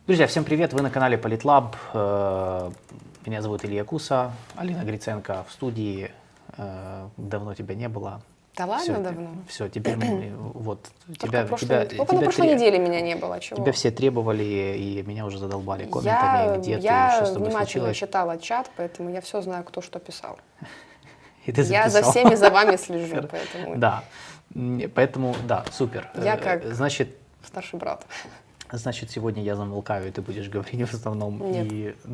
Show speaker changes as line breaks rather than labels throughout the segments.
Друзья, всем привет! Вы на канале Политлаб. Меня зовут Илья Куса, Алина Гриценко в студии. Давно тебя не было.
Да ладно, давно?
Все, теперь мы, вот,
Только на прошлой неделе меня не было. Чего?
Тебя все требовали, и меня уже задолбали комментами, где ты, что с тобой
внимательно
случилось.
читала чат, поэтому я все знаю, кто что писал.
И ты
я за всеми за вами слежу, поэтому...
Да, поэтому, да, супер.
Я как старший брат.
Значит, сегодня я замолкаю, и ты будешь говорить в основном.
Нет.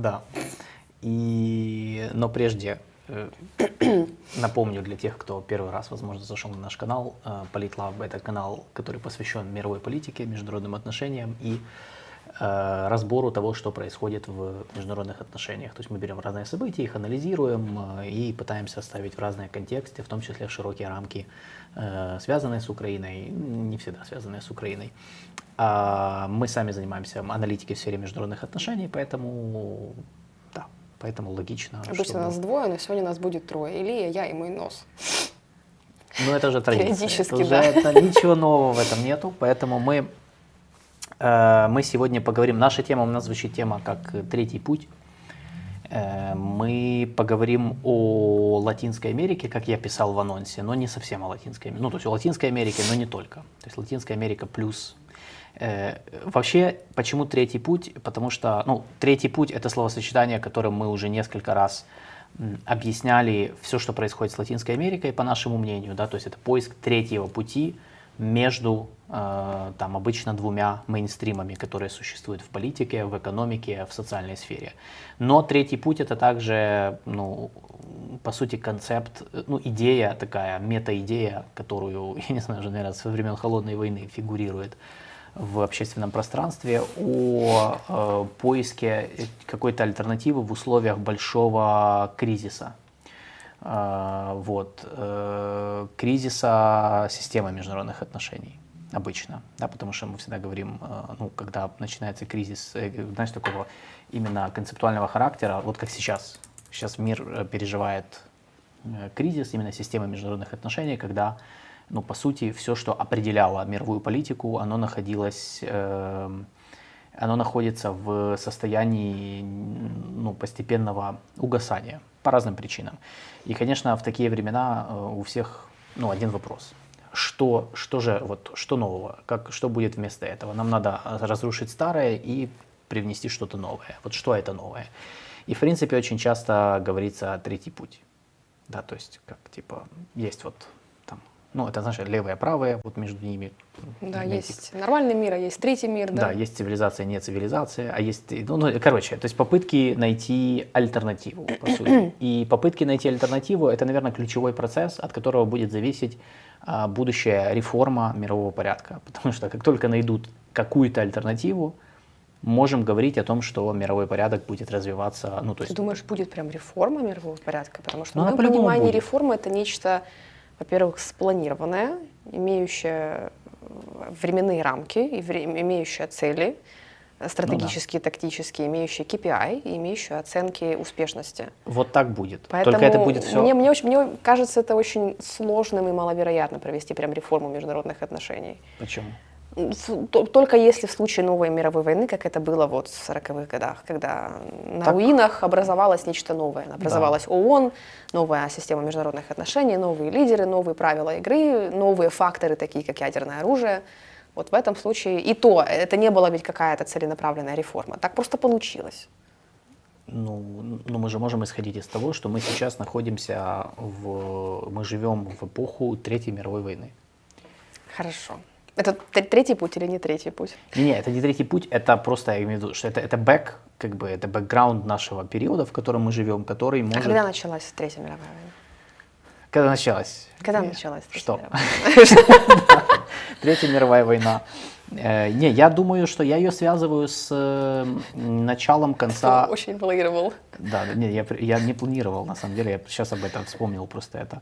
Но прежде напомню для тех, кто первый раз, возможно, зашел на наш канал. Политлаб — это канал, который посвящен мировой политике, международным отношениям и разбору того, что происходит в международных отношениях. То есть мы берем разные события, их анализируем и пытаемся ставить в разные контексты, в том числе в широкие рамки, связанные с Украиной, не всегда связанные с Украиной. Мы сами занимаемся аналитикой в сфере международных отношений, поэтому логично.
Обычно нас двое, но сегодня нас будет трое. Илья, я и мой нос.
Ну это уже традиция.
Периодически,
Ничего нового в этом нету, поэтому мы сегодня поговорим. Наша тема, у нас звучит тема как «Третий путь». Мы поговорим о Латинской Америке, как я писал в анонсе, но не совсем о Латинской Америке. Ну, то есть о Латинской Америке, но не только. То есть Латинская Америка плюс. Вообще, почему третий путь? Потому что, третий путь — это словосочетание, которым мы уже несколько раз объясняли все, что происходит с Латинской Америкой, по нашему мнению, да, то есть это поиск третьего пути между обычно двумя мейнстримами, которые существуют в политике, в экономике, в социальной сфере. Но третий путь — это также, по сути, концепт, идея такая, мета-идея, которую, я не знаю, уже, наверное, со времен Холодной войны фигурирует в общественном пространстве, о поиске какой-то альтернативы в условиях большого кризиса. Кризиса системы международных отношений обычно, да, потому что мы всегда говорим, когда начинается кризис, знаешь, такого именно концептуального характера, вот как сейчас. Сейчас мир переживает кризис именно системы международных отношений, когда, по сути, все, что определяло мировую политику, оно находится в состоянии постепенного угасания по разным причинам. И, конечно, в такие времена у всех один вопрос. Что нового? Что будет вместо этого? Нам надо разрушить старое и привнести что-то новое. Вот что это новое? И, в принципе, очень часто говорится третий путь. Да, то есть, есть это, знаешь, левое, правое, вот между ними.
Да, есть нормальный мир, а есть третий мир, да?
Да, есть цивилизация, не цивилизация, а есть, то есть попытки найти альтернативу, по сути. И попытки найти альтернативу — это, наверное, ключевой процесс, от которого будет зависеть будущая реформа мирового порядка. Потому что как только найдут какую-то альтернативу, можем говорить о том, что мировой порядок будет развиваться.
Ты думаешь, будет прям реформа мирового порядка? Потому что, в
моем
понимании, реформа — это нечто, во-первых, спланированное, имеющее временные рамки, имеющее цели стратегические, тактические, имеющие KPI и имеющие оценки успешности.
Вот так будет.
Поэтому
только это будет все...
мне кажется, это очень сложным и маловероятно провести прям реформу международных отношений.
Почему?
Только если в случае новой мировой войны, как это было в 40-х годах, когда на руинах образовалось нечто новое. Образовалась ООН, новая система международных отношений, новые лидеры, новые правила игры, новые факторы, такие как ядерное оружие. Вот в этом случае это не была ведь какая-то целенаправленная реформа. Так просто получилось.
Мы же можем исходить из того, что мы сейчас находимся мы живем в эпоху Третьей мировой войны.
Хорошо. Это третий путь или не третий путь?
Не, это не третий путь, это просто, я имею в виду, что это это бэкграунд нашего периода, в котором мы живем, который может...
А когда началась Третья мировая война?
Когда началась?
Когда началась Третья
мировая война? Третья мировая война. Я думаю, что я ее связываю с началом конца...
Ты очень планировал.
Да, я не планировал, на самом деле, я сейчас об этом вспомнил просто это.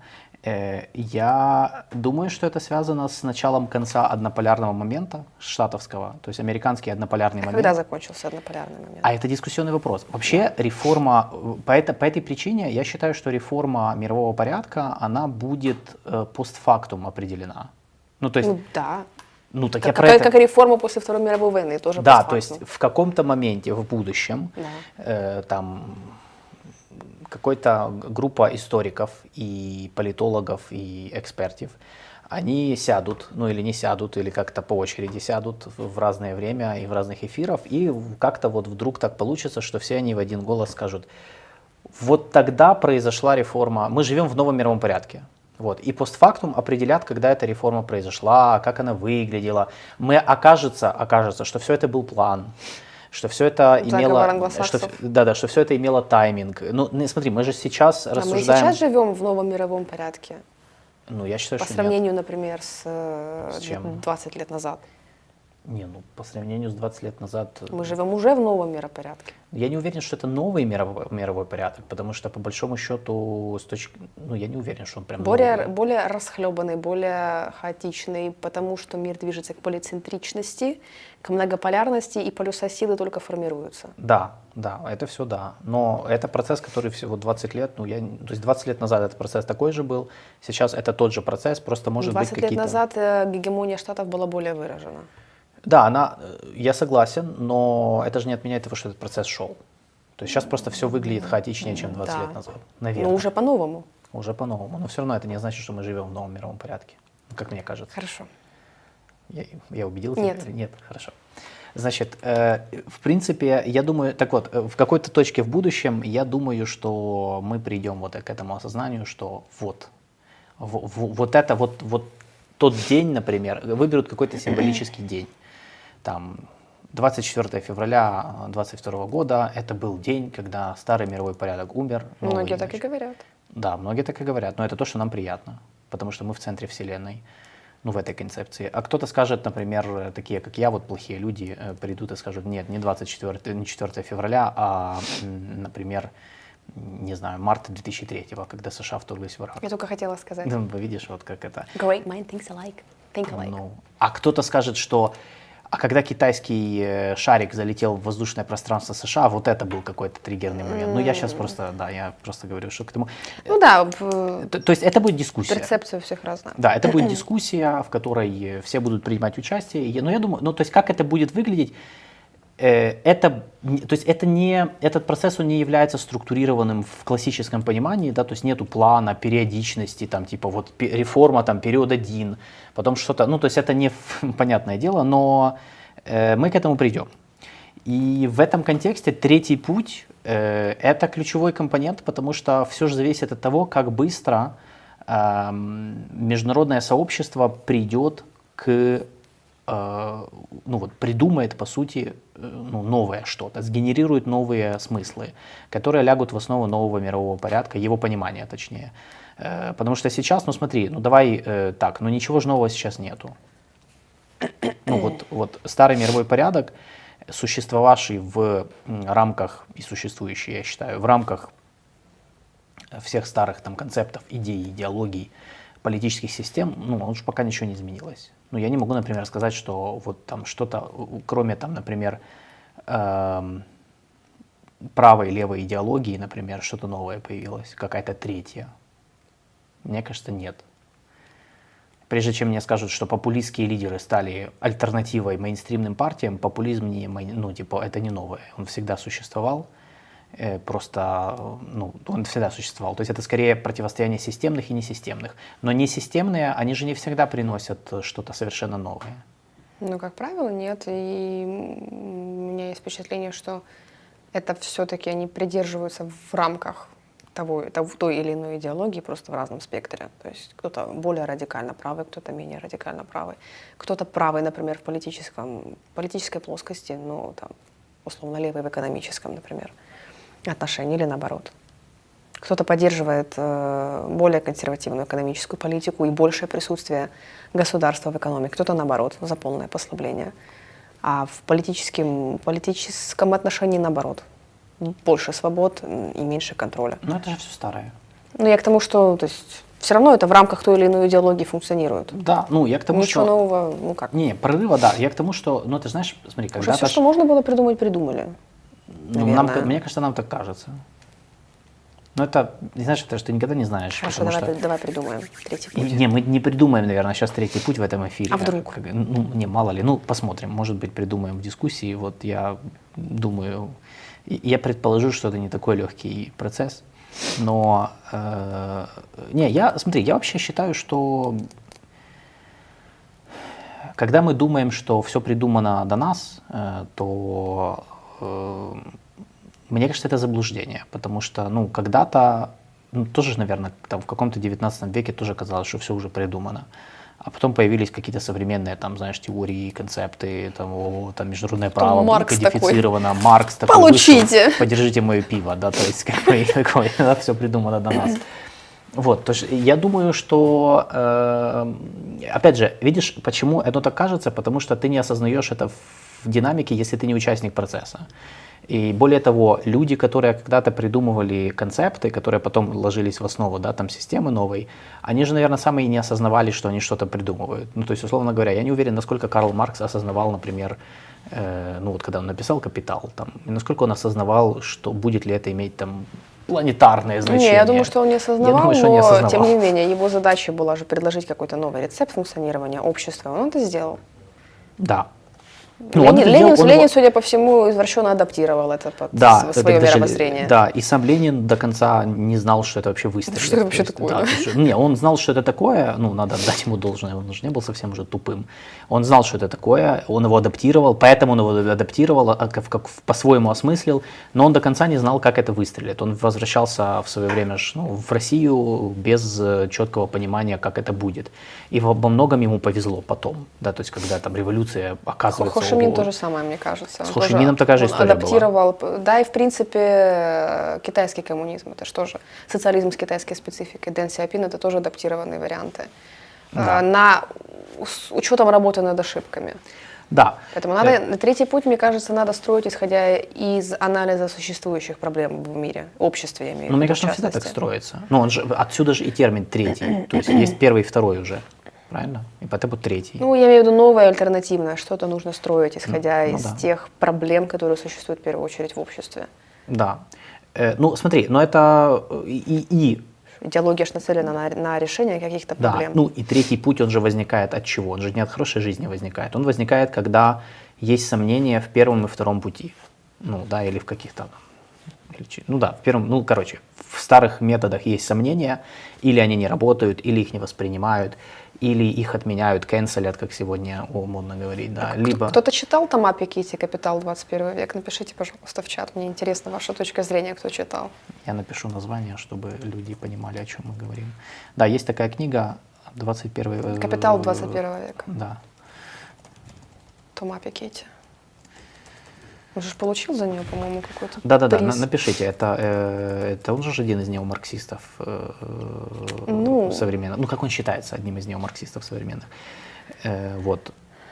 Я думаю, что это связано с началом конца однополярного момента штатовского, то есть американский однополярный момент.
Когда закончился однополярный момент?
А это дискуссионный вопрос. Вообще реформа, по этой причине я считаю, что реформа мирового порядка, она будет постфактум определена.
Да.
Ну, так
как и реформа после Второй мировой войны, тоже
да, то есть в каком-то моменте в будущем
да.
там какая-то группа историков и политологов и экспертов, они сядут, ну или не сядут, или как-то по очереди сядут в разное время и в разных эфирах, и как-то вот вдруг так получится, что все они в один голос скажут: вот тогда произошла реформа, мы живем в новом мировом порядке. Вот. И постфактум определят, когда эта реформа произошла, как она выглядела. Окажется, что все это был план, что все это имело, что все это имело тайминг. Ну, смотри, мы же сейчас рассуждаем.
Мы сейчас живем в новом мировом порядке.
Ну, я считаю,
по
что
сравнению,
нет.
например, с 20 лет назад.
Не, ну по сравнению с 20 лет назад...
Мы живем уже в новом миропорядке.
Я не уверен, что это новый мировой порядок, потому что по большому счету, ну я не уверен, что он прям
более расхлебанный, более хаотичный, потому что мир движется к полицентричности, к многополярности, и полюса силы только формируются.
Да, это все да. Но это процесс, который всего 20 лет, то есть 20 лет назад этот процесс такой же был, сейчас это тот же процесс, просто может быть какие-то...
20 лет назад гегемония Штатов была более выражена.
Да, я согласен, но это же не отменяет того, что этот процесс шел. То есть сейчас просто все выглядит хаотичнее, чем 20 лет назад, наверное.
Но уже по-новому.
Уже по-новому, но все равно это не значит, что мы живем в новом мировом порядке, как мне кажется.
Хорошо.
Я убедил тебя?
Нет.
Нет, хорошо. Значит, в принципе, я думаю, так вот, в какой-то точке в будущем, я думаю, что мы придем вот к этому осознанию, что вот тот день, например, выберут какой-то символический день. Там 24 февраля 22 года это был день, когда старый мировой порядок умер.
Многие так и говорят.
Да, многие так и говорят, но это то, что нам приятно, потому что мы в центре Вселенной, ну, в этой концепции. А кто-то скажет, например, такие, как я, вот плохие люди, придут и скажут: нет, не 4 февраля, а, например, не знаю, марта 2003-го, когда США вторглись в Ирак.
Я только хотела сказать.
Ну, видишь, вот как это.
Great mind thinks alike. Think alike.
Ну, а кто-то скажет, что когда китайский шарик залетел в воздушное пространство США, вот это был какой-то триггерный момент. Ну, я сейчас я просто говорю, что к тому...
Ну да.
То есть это будет дискуссия.
Перцепция у всех разная.
Да, это будет дискуссия, в которой все будут принимать участие. Но я думаю, ну, то есть как это будет выглядеть, этот процесс, он не является структурированным в классическом понимании, да, то есть нету плана, периодичности, там, типа вот реформа, там, период 1, потом что-то, ну, то есть это не понятное дело, но мы к этому придем. И в этом контексте третий путь это ключевой компонент, потому что все же зависит от того, как быстро международное сообщество придет к придумает, по сути, новое что-то, сгенерирует новые смыслы, которые лягут в основу нового мирового порядка, его понимания точнее. Потому что сейчас, смотри, ничего же нового сейчас нету. Вот старый мировой порядок, существовавший в рамках, и существующий, я считаю, в рамках всех старых там концептов, идей, идеологий, политических систем, он же пока ничего не изменилось. Я не могу, например, сказать, что вот там что-то, кроме там, например, правой и левой идеологии, например, что-то новое появилось, какая-то третья. Мне кажется, нет. Прежде чем мне скажут, что популистские лидеры стали альтернативой мейнстримным партиям, популизм это не новое, он всегда существовал. Просто, он всегда существовал. То есть это скорее противостояние системных и несистемных. Но несистемные, они же не всегда приносят что-то совершенно новое.
Как правило, нет. И у меня есть впечатление, что это все-таки они придерживаются в рамках той или иной идеологии, просто в разном спектре. То есть кто-то более радикально правый, кто-то менее радикально правый. Кто-то правый, например, в политической плоскости, но там, условно, левый в экономическом, например, отношении или наоборот. Кто-то поддерживает более консервативную экономическую политику и большее присутствие государства в экономике, кто-то наоборот, за полное послабление. А в политическом отношении наоборот. Больше свобод и меньше контроля.
Но это же все старое.
Я к тому, что все равно это в рамках той или иной идеологии функционирует.
Да, я к тому,
ничего нового, как?
Не, прорыва, да. Я к тому, что, ты знаешь, смотри, когда...
Уже все, что можно было придумать, придумали.
Мне кажется, нам так кажется. Ну, это, знаешь, это что ты никогда не знаешь.
Хорошо, давай придумаем третий путь.
Не, мы не придумаем, наверное, сейчас третий путь в этом эфире.
А вдруг?
Ну, не, мало ли. Ну, посмотрим. Может быть, придумаем в дискуссии. Вот я думаю, я предположу, что это не такой легкий процесс. Но, смотри, я вообще считаю, что когда мы думаем, что все придумано до нас, то мне кажется, это заблуждение, потому что, ну, когда-то, ну, тоже, наверное, там в каком-то 19 веке тоже казалось, что все уже придумано. А потом появились какие-то современные, там, знаешь, теории, концепты, там международное право кодифицировано, такой. Маркс такой
получите,
вышел, подержите мое пиво, да, то есть какое, да, все придумано до нас. Вот, то есть я думаю, что, опять же, видишь, почему это так кажется, потому что ты не осознаешь это в динамике, если ты не участник процесса. И более того, люди, которые когда-то придумывали концепты, которые потом ложились в основу, да, там, системы новой, они же, наверное, сами и не осознавали, что они что-то придумывают. Ну, то есть, условно говоря, я не уверен, насколько Карл Маркс осознавал, например, ну, вот когда он написал «Капитал», там, и насколько он осознавал, что будет ли это иметь там планетарное значение.
Не, я думаю, что он не осознавал,
думаю, что
но
не осознавал.
тем не менее, его задача была же предложить какой-то новый рецепт функционирования общества, он это сделал.
Да.
Ну, Ленин, судя по всему, извращенно адаптировал это под свое мировоззрение.
Да, и сам Ленин до конца не знал, что это вообще выстрелит.
Что это вообще такое?
Да, не, он знал, что это такое, ну, надо отдать ему должное, он же не был совсем уже тупым. Он знал, что это такое, он его адаптировал, поэтому он его адаптировал, по-своему осмыслил, но он до конца не знал, как это выстрелит. Он возвращался в свое время в Россию без четкого понимания, как это будет. И во многом ему повезло потом, да, то есть когда там революция оказывается...
Хо Ши Мин то же самое, мне кажется.
С Хо Ши Мином такая же история
адаптировал, была. Да, и в принципе китайский коммунизм, это же тоже социализм с китайской спецификой. Дэн Сяопин это тоже адаптированные варианты. Да. С учетом работы над ошибками.
Да.
Поэтому надо, третий путь, мне кажется, надо строить, исходя из анализа существующих проблем в мире, обществе, я имею в виду.
Ну, мне кажется, он всегда так строится. Ну, отсюда же и термин третий. То есть есть первый и второй уже. Правильно? И потом третий.
Ну, я имею в виду новое, альтернативное. Что-то нужно строить, исходя из тех проблем, которые существуют в первую очередь в обществе.
Да. Ну, смотри, но это
идеология же нацелена на решение каких-то проблем.
Да, ну и третий путь, он же возникает от чего? Он же не от хорошей жизни возникает. Он возникает, когда есть сомнения в первом и втором пути. Ну, да, или в каких-то... Ну да, в первом, ну, короче, в старых методах есть сомнения, или они не работают, или их не воспринимают, или их отменяют, канцелят, как сегодня модно говорить, да. Либо...
Кто-то читал Тома Пикетти «Капитал 21 век»? Напишите, пожалуйста, в чат. Мне интересна ваша точка зрения, кто читал.
Я напишу название, чтобы люди понимали, о чем мы говорим. Да, есть такая книга «21
«Капитал 21 века».
Да.
Тома Пикетти. Он же получил за нее, по-моему, какой-то
Да,
приз.
напишите, это он же один из неомарксистов современных. Ну, как он считается одним из неомарксистов современных. Вот.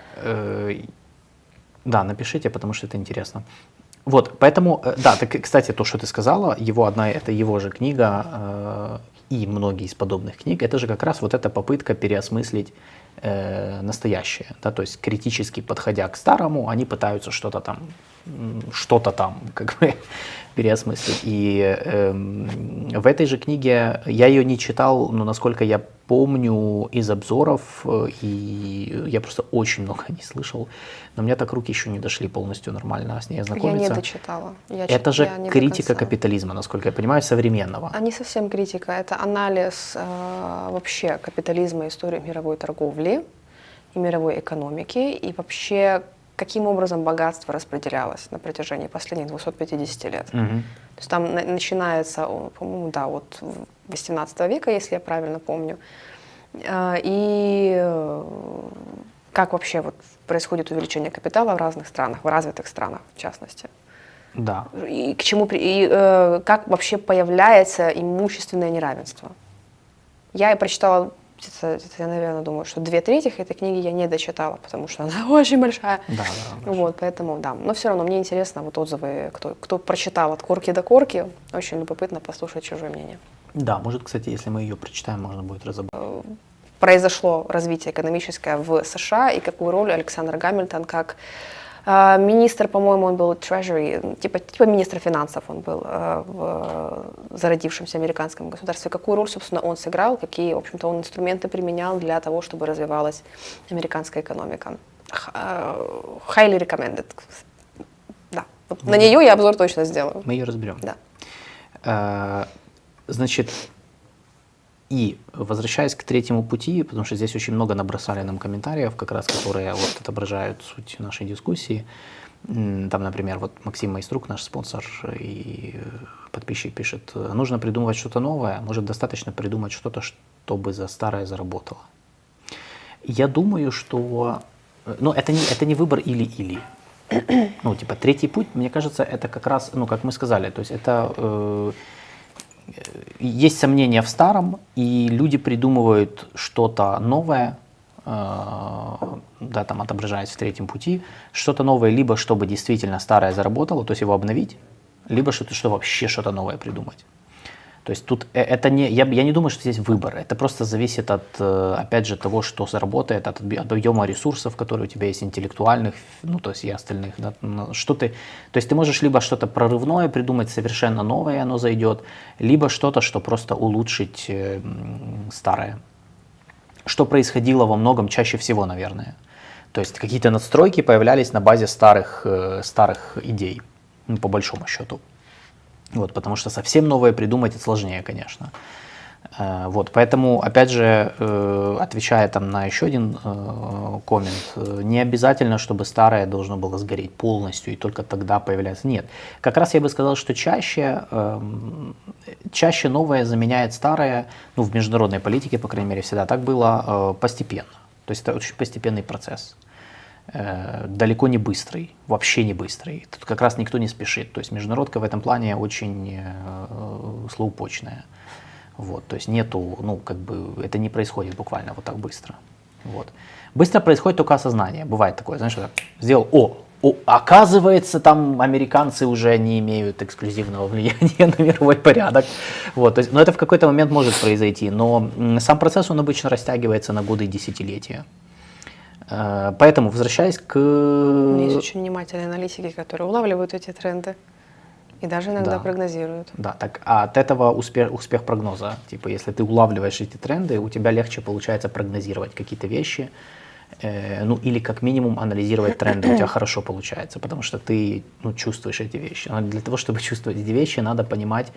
Да, напишите, потому что это интересно. Вот, поэтому, да, кстати, то, что ты сказала, это его же книга, и многие из подобных книг, это же как раз вот эта попытка переосмыслить настоящее, да, то есть критически подходя к старому, они пытаются что-то там как бы переосмыслить. И в этой же книге, я ее не читал, но насколько я помню из обзоров, и я просто очень много не слышал, но у меня так руки еще не дошли полностью нормально с ней ознакомиться.
Я не дочитала.
Это же критика капитализма, насколько я понимаю, современного.
А не совсем критика, это анализ вообще капитализма, истории мировой торговли и мировой экономики, и вообще каким образом богатство распределялось на протяжении последних 250 лет.
Угу.
То есть там начинается, по-моему, да, вот 18 века, если я правильно помню, и как вообще вот происходит увеличение капитала в разных странах, в развитых странах в частности.
Да.
И к чему, как вообще появляется имущественное неравенство. Я прочитала, я, наверное, думаю, что 2/3 этой книги я не дочитала, потому что она очень большая.
Да,
вот, поэтому, да. Но все равно мне интересно вот отзывы, кто прочитал от корки до корки. Очень любопытно послушать чужое мнение.
Да, может, кстати, если мы ее прочитаем, можно будет разобрать.
Произошло развитие экономическое в США, и какую роль Александр Гамильтон как Министр, по-моему, он был treasury, типа министр финансов он был в зародившемся американском государстве. Какую роль, собственно, он сыграл, какие, в общем-то, он инструменты применял для того, чтобы развивалась американская экономика. Highly recommended. Да, вот на нее я обзор точно сделаю.
Мы ее разберем.
Да.
Значит, и возвращаясь к третьему пути, потому что здесь очень много набросали нам комментариев, как раз которые вот отображают суть нашей дискуссии. Там, например, вот Максим Майструк, наш спонсор и подписчик, пишет: нужно придумывать что-то новое, может достаточно придумать что-то, чтобы за старое заработало. Я думаю, что это не выбор или-или. Ну, типа, третий путь, мне кажется, это как раз, ну, как мы сказали, то есть это есть сомнения в старом, и люди придумывают что-то новое, да, там отображаясь в третьем пути, что-то новое, либо чтобы действительно старое заработало, то есть его обновить, либо что вообще что-то новое придумать. То есть тут это не, я не думаю, что здесь выбор, это просто зависит от, опять же, того, что заработает, от объема ресурсов, которые у тебя есть, интеллектуальных, ну, то есть и остальных. Да, что ты, то есть ты можешь либо что-то прорывное придумать, совершенно новое, оно зайдет, либо что-то, что просто улучшить старое. Что происходило во многом чаще всего, наверное. То есть какие-то надстройки появлялись на базе старых идей, ну, по большому счету. Вот, потому что совсем новое придумать это сложнее, конечно. Вот, поэтому, опять же, отвечая там на еще один коммент, не обязательно, чтобы старое должно было сгореть полностью и только тогда появляется. Нет, как раз я бы сказал, что чаще новое заменяет старое, ну, в международной политике, по крайней мере, всегда так было, постепенно. То есть это очень постепенный процесс. Далеко не быстрый, вообще не быстрый. Тут как раз никто не спешит. То есть международка в этом плане очень слоупочная. Вот, то есть нету, ну, как бы, это не происходит буквально вот так быстро. Вот. Быстро происходит только осознание. Бывает такое, знаешь, что сделал, оказывается, там американцы уже не имеют эксклюзивного влияния на мировой порядок. Вот, то есть, это в какой-то момент может произойти, но сам процесс, он обычно растягивается на годы и десятилетия. Поэтому, возвращаясь к...
Есть очень внимательные аналитики, которые улавливают эти тренды и даже иногда прогнозируют.
Да, так, а от этого успех прогноза. Типа, если ты улавливаешь эти тренды, у тебя легче получается прогнозировать какие-то вещи, ну, или как минимум анализировать тренды у тебя хорошо получается, потому что ты, ну, чувствуешь эти вещи. Но для того, чтобы чувствовать эти вещи, надо понимать,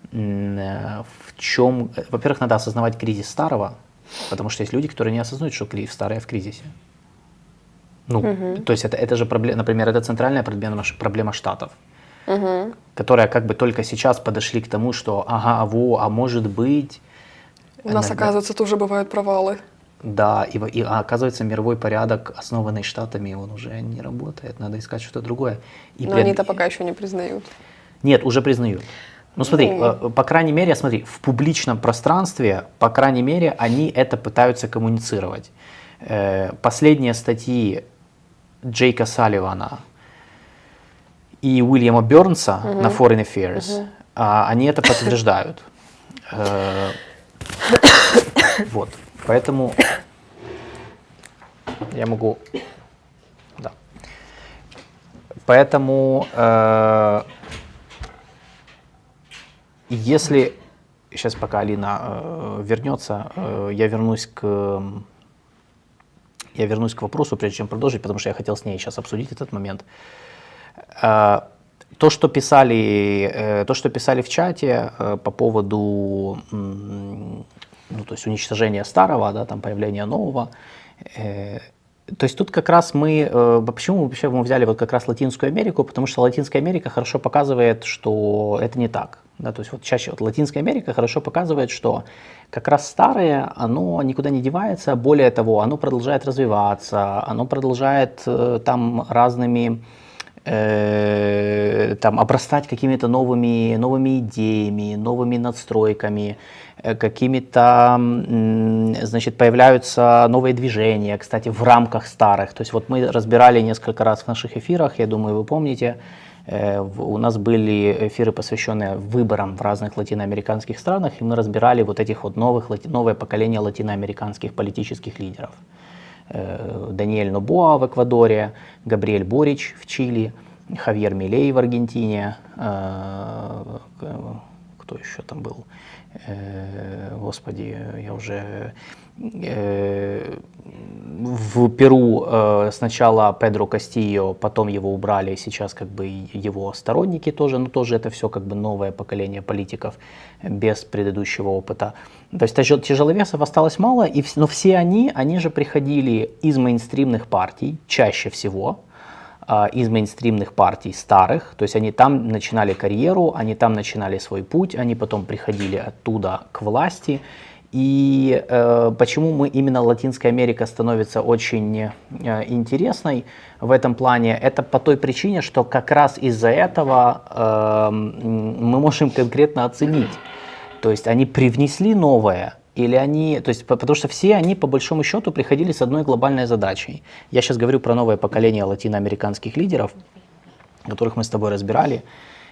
в чем... Во-первых, надо осознавать кризис старого, потому что есть люди, которые не осознают, что старое в кризисе. Ну, то есть это же проблема, например, это центральная проблема Штатов, которые как бы только сейчас подошли к тому, что а может быть...
У нас, оказывается, тоже бывают провалы.
Да, и оказывается, мировой порядок, основанный Штатами, он уже не работает, надо искать что-то другое.
Но они-то пока еще не признают.
Нет, уже признают. Ну смотри, по крайней мере, в публичном пространстве, по крайней мере, они это пытаются коммуницировать. Последние статьи Джейка Салливана и Уильяма Бернса на Foreign Affairs, они это подтверждают. Вот, поэтому я могу... Да. Поэтому... Если, сейчас пока Алина вернется, я вернусь к вопросу, прежде чем продолжить, потому что я хотел с ней сейчас обсудить этот момент. То, что писали в чате по поводу, ну, то есть уничтожения старого, да, там появления нового, то есть тут как раз почему вообще мы взяли вот как раз Латинскую Америку, потому что Латинская Америка хорошо показывает, что это не так. Да, то есть вот чаще Латинская Америка хорошо показывает, что как раз старое, оно никуда не девается, более того, оно продолжает развиваться, оно продолжает там разными, там обрастать какими-то новыми идеями, новыми надстройками, какими-то, значит, появляются новые движения, кстати, в рамках старых. То есть вот мы разбирали несколько раз в наших эфирах, я думаю, вы помните, у нас были эфиры, посвященные выборам в разных латиноамериканских странах, и мы разбирали вот этих вот новое поколение латиноамериканских политических лидеров. Даниэль Нобоа в Эквадоре, Габриэль Борич в Чили, Хавьер Милей в Аргентине, кто еще там был, господи, я уже... В Перу сначала Педро Кастильо, потом его убрали, сейчас как бы его сторонники тоже, но тоже это все как бы новое поколение политиков без предыдущего опыта. То есть тяжеловесов осталось мало, но все они же приходили из мейнстримных партий, чаще всего, из мейнстримных партий старых, то есть они там начинали карьеру, они там начинали свой путь, они потом приходили оттуда к власти. И почему именно Латинская Америка становится очень интересной в этом плане, это по той причине, что как раз из-за этого мы можем конкретно оценить, то есть они привнесли новое, или они, то есть, потому что все они по большому счету приходили с одной глобальной задачей. Я сейчас говорю про новое поколение латиноамериканских лидеров, которых мы с тобой разбирали.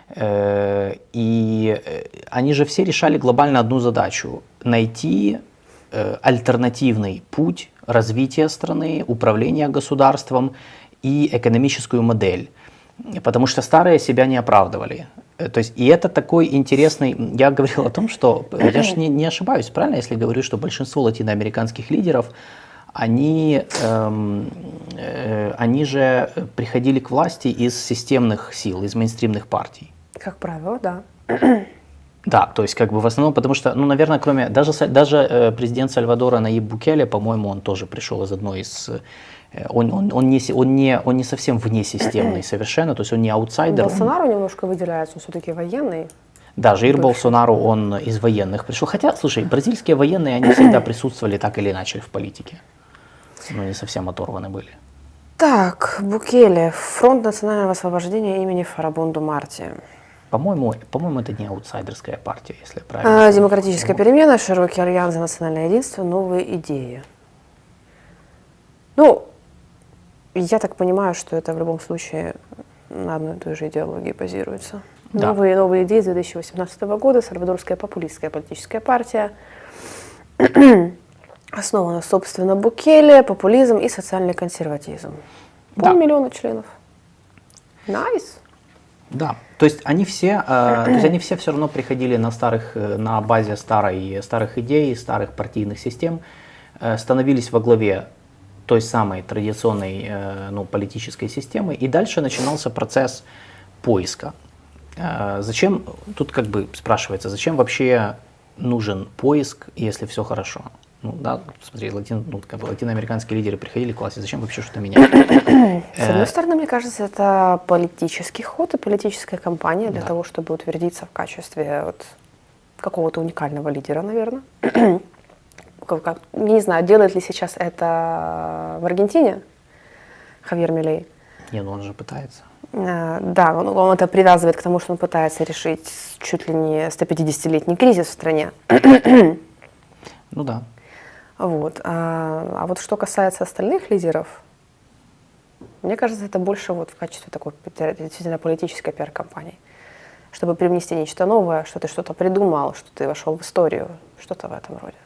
И они же все решали глобально одну задачу – найти альтернативный путь развития страны, управления государством и экономическую модель, потому что старые себя не оправдывали. То есть, и это такой интересный, я говорил о том, что, я же не ошибаюсь, правильно, если говорю, что большинство латиноамериканских лидеров, они же приходили к власти из системных сил, из мейнстримных партий.
Как правило, да.
Да, то есть как бы в основном, потому что, ну, наверное, кроме, даже президент Сальвадора Наиб Букеле, по-моему, он тоже пришел из одной из, он не совсем внесистемный совершенно, то есть он не аутсайдер.
Болсонару немножко выделяется, он все-таки военный.
Да, Жаир Болсонару, он из военных пришел, хотя, слушай, бразильские военные, они всегда присутствовали так или иначе в политике, но не совсем оторваны были.
Так, Букеле, Фронт национального освобождения имени Фарабунду Марти.
По-моему, это не аутсайдерская партия, если я правильно помню.
Демократическая перемена, широкий альянс за национальное единство, новые идеи. Ну, я так понимаю, что это в любом случае на одной и той же идеологии базируется. Да. Новые идеи с 2018 года, сальвадорская популистская политическая партия. Основана, собственно, Букеле, популизм и социальный консерватизм. 500 000 членов. Найс.
Да, то есть они все все равно приходили на базе старых идей, старых партийных систем, становились во главе той самой традиционной политической системы, и дальше начинался процесс поиска. Зачем, тут как бы спрашивается, зачем вообще нужен поиск, если все хорошо? Ну да, смотри, латиноамериканские лидеры приходили к власти, зачем вообще что-то менять?
С одной стороны, мне кажется, это политический ход и политическая кампания для того, чтобы утвердиться в качестве какого-то уникального лидера, наверное. Не знаю, делает ли сейчас это в Аргентине Хавьер Милей.
Не, ну он же пытается.
Да, он это привязывает к тому, что он пытается решить чуть ли не 150-летний кризис в стране.
Ну да.
Вот. А вот что касается остальных лидеров, мне кажется, это больше вот в качестве такой действительно политической пиар-кампании. Чтобы привнести нечто новое, что ты что-то придумал, что ты вошел в историю, что-то в этом роде.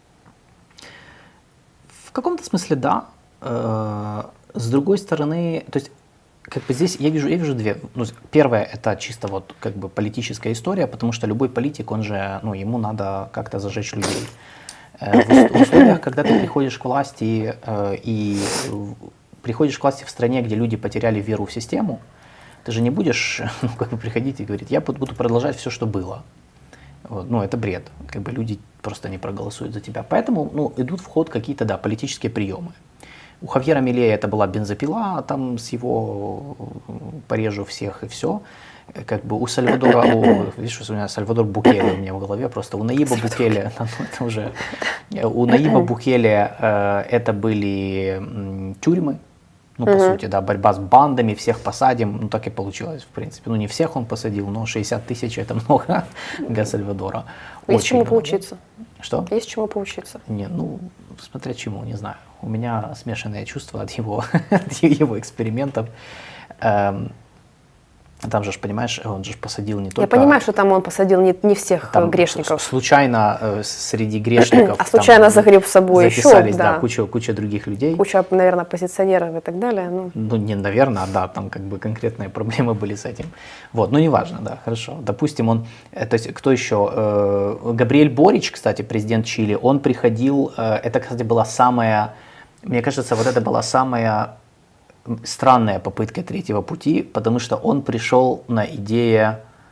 В каком-то смысле да. С другой стороны, то есть как бы здесь я вижу две. Ну, первое — это чисто вот как бы политическая история, потому что любой политик, он же, ну, ему надо как-то зажечь людей. В условиях, когда ты приходишь к власти и приходишь к власти в стране, где люди потеряли веру в систему, ты же не будешь как бы приходить и говорить: я буду продолжать все, что было. Вот, ну, это бред. Как бы люди просто не проголосуют за тебя. Поэтому идут в ход какие-то, да, политические приемы. У Хавьера Милея это была бензопила, там с его порежу всех и все. Как бы у Сальвадора, видишь, у меня Сальвадор Букеле у меня в голове, просто у Наиба Букеле, это уже, у Наиба Букеле это были тюрьмы, ну, по сути, да, борьба с бандами, всех посадим, ну, так и получилось, в принципе. Ну, не всех он посадил, но 60 000 это много для Сальвадора.
Есть чему поучиться.
Что?
Есть чему поучиться.
Не, ну, смотря чему, не знаю. У меня смешанные чувства от его экспериментов. Там же, понимаешь, он же посадил не только...
Я понимаю, что там он посадил не всех
там
грешников.
Случайно среди грешников...
А случайно загреб с собой еще,
записались,
да.
Куча других людей.
Куча, наверное, оппозиционеров и так далее.
Ну, не, наверное, да, там как бы конкретные проблемы были с этим. Вот, ну, неважно, да, хорошо. Допустим, он... То есть, кто еще? Габриэль Борич, кстати, президент Чили, он приходил... Это, кстати, была самая... Мне кажется, вот это была самая... странная попытка третьего пути, потому что он пришел на идею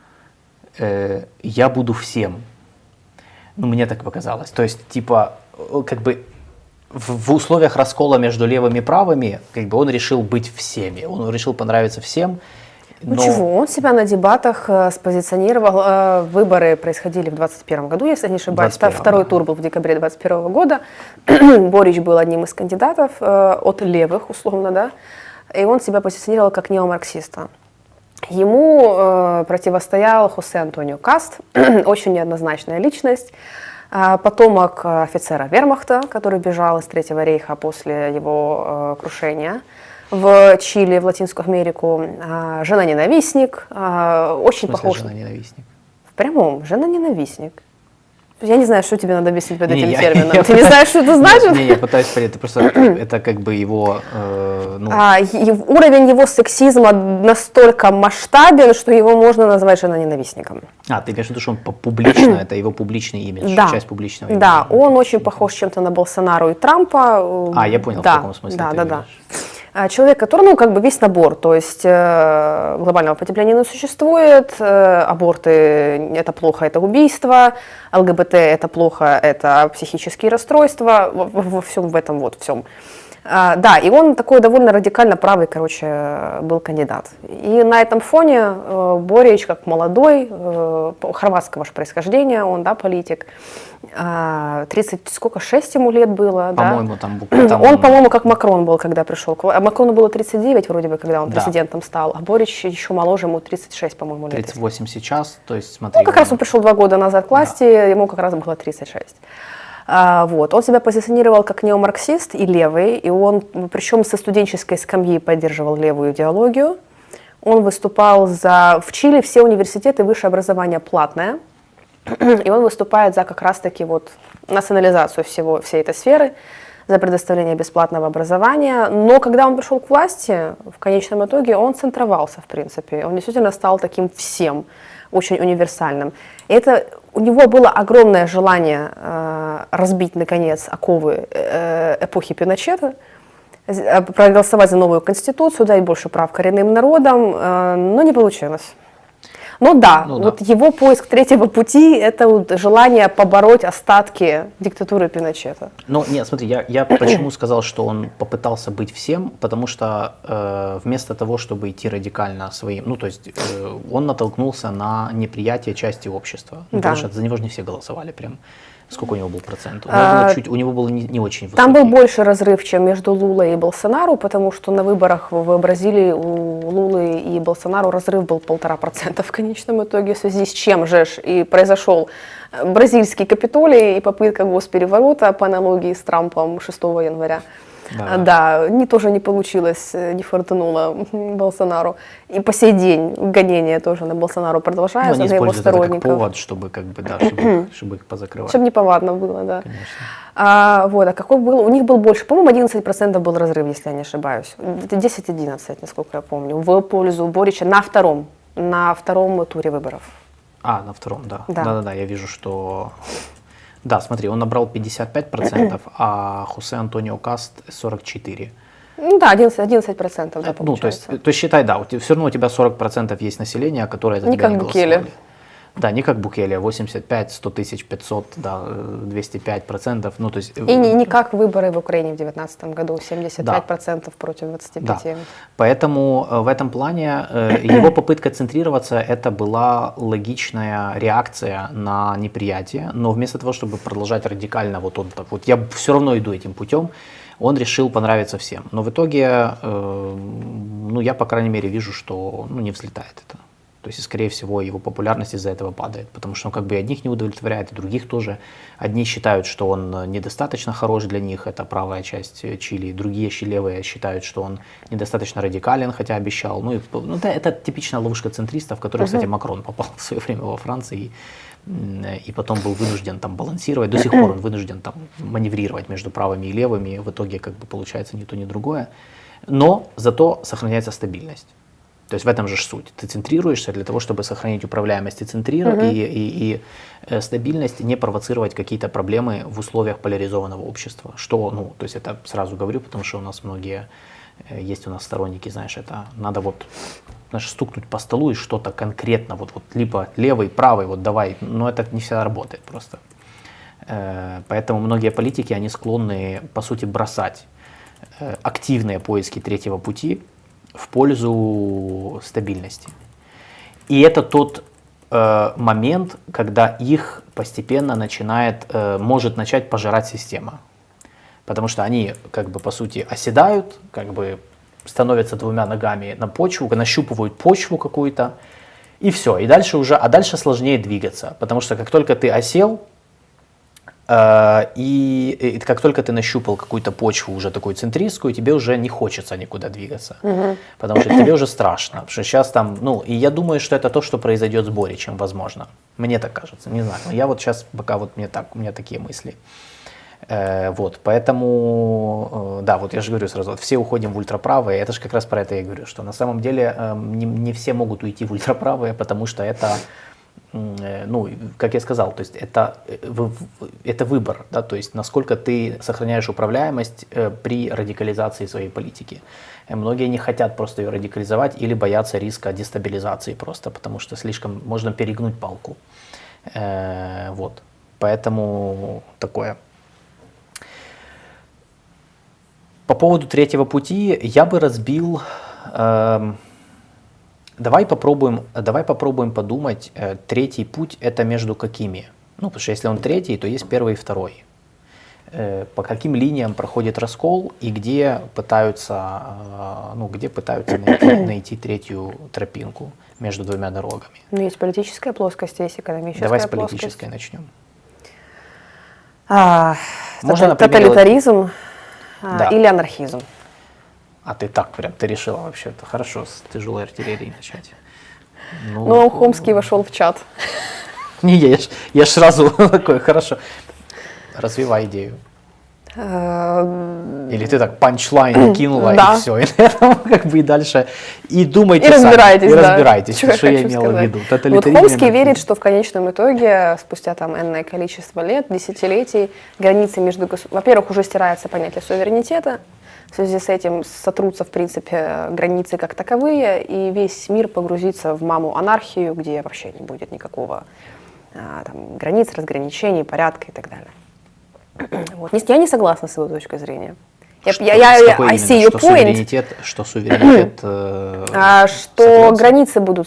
«я буду всем». Ну, мне так показалось. То есть, типа, как бы в условиях раскола между левыми и правыми, как бы он решил быть всеми, он решил понравиться всем.
Ну чего, он себя на дебатах спозиционировал. Выборы происходили в 2021 году, если не ошибаюсь. Второй тур был в декабре 2021 года. Борич был одним из кандидатов от левых, условно, да. И он себя позиционировал как неомарксиста. Ему противостоял Хосе Антонио Каст, очень неоднозначная личность, потомок офицера вермахта, который бежал из Третьего рейха после его крушения в Чили, в Латинскую Америку. Жена-ненавистник, очень похож...
Жена-ненавистник?
В прямом, жена-ненавистник. Я не знаю, что тебе надо объяснить под этим термином. Ты не знаешь, что это значит?
Не, я пытаюсь понять. Это просто это как бы его...
Уровень его сексизма настолько масштабен, что его можно назвать женоненавистником.
Ты имеешь в виду, что он публично, это его публичный имидж,
да.
часть публичного имиджа?
Да, он очень похож чем-то на Болсонару и Трампа.
Я понял,
да,
в каком смысле ты
да. Человек, который, как бы весь набор, то есть глобального потепления не существует, аборты – это плохо, это убийство, ЛГБТ – это плохо, это психические расстройства, во всем в этом вот всем. Да, и он такой довольно радикально правый, был кандидат. И на этом фоне Борич, как молодой, хорватского же происхождения, он, да, политик, 6 ему лет было,
по-моему,
да? Он, по-моему, как Макрон был, когда пришел. А Макрону было 39 вроде бы, когда он президентом стал, а Борич еще моложе, ему 36, по-моему, лет.
38 сейчас, то есть смотри.
Ну, как раз он пришел 2 года назад к власти, ему как раз было 36. Вот. Он себя позиционировал как неомарксист и левый, и он, причем со студенческой скамьи, поддерживал левую идеологию. Он выступал в Чили все университеты, высшее образование платное, и он выступает за как раз-таки вот национализацию всей этой сферы, за предоставление бесплатного образования. Но когда он пришел к власти, в конечном итоге он центровался, в принципе. Он действительно стал таким всем, очень универсальным. И у него было огромное желание разбить, наконец, оковы эпохи Пиночета, проголосовать за новую конституцию, дать больше прав коренным народам, но не получилось. Но да, вот его поиск третьего пути – это вот желание побороть остатки диктатуры Пиночета.
Ну, нет, смотри, я почему сказал, что он попытался быть всем, потому что вместо того, чтобы идти радикально своим, ну, то есть он натолкнулся на неприятие части общества, потому что за него же не все голосовали прям. Сколько у него был процент? У него было не очень высокий.
Там был больше разрыв, чем между Лулой и Болсонару, потому что на выборах в Бразилии у Лулы и Болсонару разрыв был 1,5% в конечном итоге, в связи с чем же и произошел бразильский Капитолий и попытка госпереворота по аналогии с Трампом 6 января. Да, тоже не получилось, не фортануло Болсонару. И по сей день гонения тоже на Болсонару продолжаются, на его сторонников.
Это как повод, чтобы, чтобы их позакрывать.
Чтобы неповадно было, да.
Конечно.
Какой был? У них был больше, по-моему, 11% был разрыв, если я не ошибаюсь. Это 10-11, насколько я помню, в пользу Борича на втором туре выборов.
На втором, да. Да, я вижу, что... Да, смотри, он набрал 55%, а Хосе Антонио Каст 44%.
Ну да, 11%, да, получается.
То есть считай, да, все равно у тебя 40% есть населения, которое за тебя не голосовали. Да, не как Букеле, 85, 100 тысяч, 500, да, 205%. Ну, то есть,
и не как выборы в Украине в 2019 году, 75% против 25%.
Да. Поэтому в этом плане его попытка центрироваться, это была логичная реакция на неприятие, но вместо того, чтобы продолжать радикально, я все равно иду этим путем, он решил понравиться всем. Но в итоге, я, по крайней мере, вижу, что не взлетает это. То есть, скорее всего, его популярность из-за этого падает, потому что он как бы и одних не удовлетворяет, и других тоже. Одни считают, что он недостаточно хорош для них, это правая часть Чили, другие левые считают, что он недостаточно радикален, хотя обещал. Это типичная ловушка центристов, в которую, кстати, Макрон попал в свое время во Франции, и потом был вынужден там балансировать. До сих пор он вынужден там маневрировать между правыми и левыми, в итоге как бы получается ни то, ни другое. Но зато сохраняется стабильность. То есть в этом же суть. Ты центрируешься для того, чтобы сохранить управляемость и стабильность, не провоцировать какие-то проблемы в условиях поляризованного общества. Что, то есть это сразу говорю, потому что у нас многие, есть у нас сторонники, знаешь, это надо стукнуть по столу и что-то конкретно, либо левый, правый, давай, но это не всегда работает просто. Поэтому многие политики, они склонны, по сути, бросать активные поиски третьего пути в пользу стабильности. И это тот момент, когда их постепенно может начать пожирать система. Потому что они, как бы, по сути, оседают, как бы становятся двумя ногами на почву, нащупывают почву какую-то, и все. И дальше сложнее двигаться. Потому что как только ты осел, и как только ты нащупал какую-то почву уже такую центристскую, тебе уже не хочется никуда двигаться, потому что тебе уже страшно, потому что сейчас там, и я думаю, что это то, что произойдет с Боричем, возможно, мне так кажется, не знаю, но я сейчас пока у меня такие мысли, поэтому, да, я же говорю сразу, все уходим в ультраправые, это же как раз про это я говорю, что на самом деле не все могут уйти в ультраправые, потому что это, как я сказал, то есть это выбор, да, то есть насколько ты сохраняешь управляемость при радикализации своей политики. Многие не хотят просто ее радикализовать или боятся риска дестабилизации просто, потому что слишком можно перегнуть палку. Поэтому такое. По поводу третьего пути я бы разбил. Давай попробуем подумать, третий путь это между какими? Потому что если он третий, то есть первый и второй. По каким линиям проходит раскол и где пытаются найти третью тропинку между двумя дорогами?
Есть политическая плоскость, есть экономическая
плоскость.
Давай
с политической начнем.
Тоталитаризм
да.
Или анархизм.
А ты ты решила вообще-то хорошо с тяжелой артиллерии начать.
Хомский вошел в чат.
Не, я ж сразу такой, хорошо. Развивай идею. Или ты так панчлайн кинула, и все, и как бы и дальше. И думайте
сами,
и разбирайтесь, что я имела в виду.
Хомский верит, что в конечном итоге, спустя энное количество лет, десятилетий, границы между во-первых, уже стирается понятие суверенитета. В связи с этим сотрутся, в принципе, границы как таковые, и весь мир погрузится в маму-анархию, где вообще не будет никакого границ, разграничений, порядка и так далее. Я не согласна с его точкой зрения. I see your point.
Что суверенитет...
Что границы будут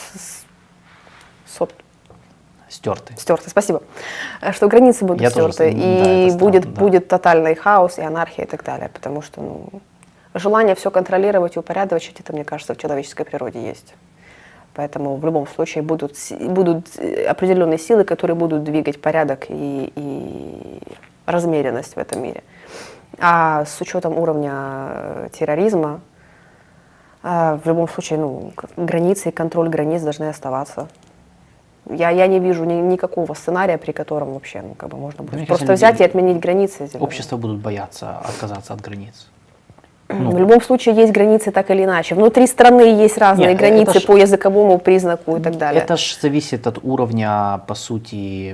стерты.
Спасибо. Что границы будут стерты, и будет тотальный хаос, и анархия, и так далее. Потому что желание все контролировать и упорядочить, это, мне кажется, в человеческой природе есть. Поэтому в любом случае будут определенные силы, которые будут двигать порядок и размеренность в этом мире. А с учетом уровня терроризма, в любом случае, границы и контроль границ должны оставаться. Я не вижу никакого сценария, при котором вообще можно будет просто взять и отменить границы.
Общество будут бояться отказаться от границ.
В любом случае есть границы так или иначе. Внутри страны есть разные границы по языковому признаку и так далее.
Это же зависит от уровня, по сути,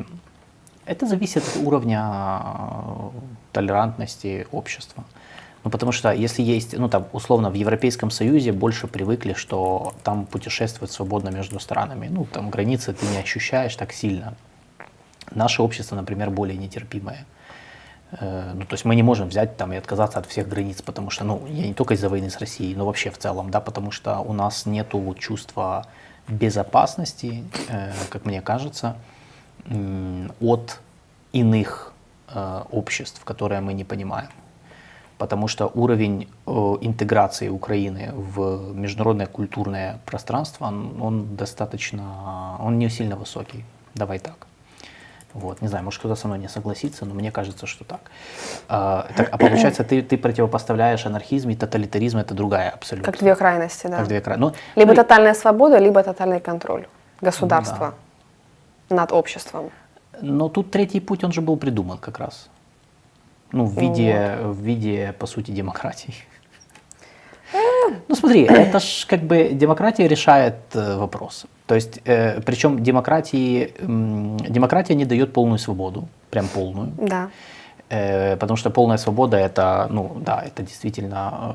толерантности общества. Потому что если есть, условно, в Европейском Союзе больше привыкли, что там путешествуют свободно между странами. Там границы ты не ощущаешь так сильно. Наше общество, например, более нетерпимое. То есть мы не можем взять и отказаться от всех границ, потому что, я не только из-за войны с Россией, но вообще в целом, да, потому что у нас нету чувства безопасности, как мне кажется, от иных обществ, которые мы не понимаем. потому что уровень интеграции Украины в международное культурное пространство, он достаточно, он не сильно высокий, давай так. Вот, не знаю, может кто-то со мной не согласится, но мне кажется, что так. А получается, ты противопоставляешь анархизм и тоталитаризм, это другая абсолютно.
Как две крайности, да.
Как две крайности.
Либо тотальная свобода, либо тотальный контроль государства над обществом.
Но тут третий путь, он же был придуман как раз. Ну, в виде, по сути, демократии. Ну, смотри, это ж как бы демократия решает вопрос. То есть, причем демократия не дает полную свободу, прям полную.
Да.
Потому что полная свобода это, ну да, это действительно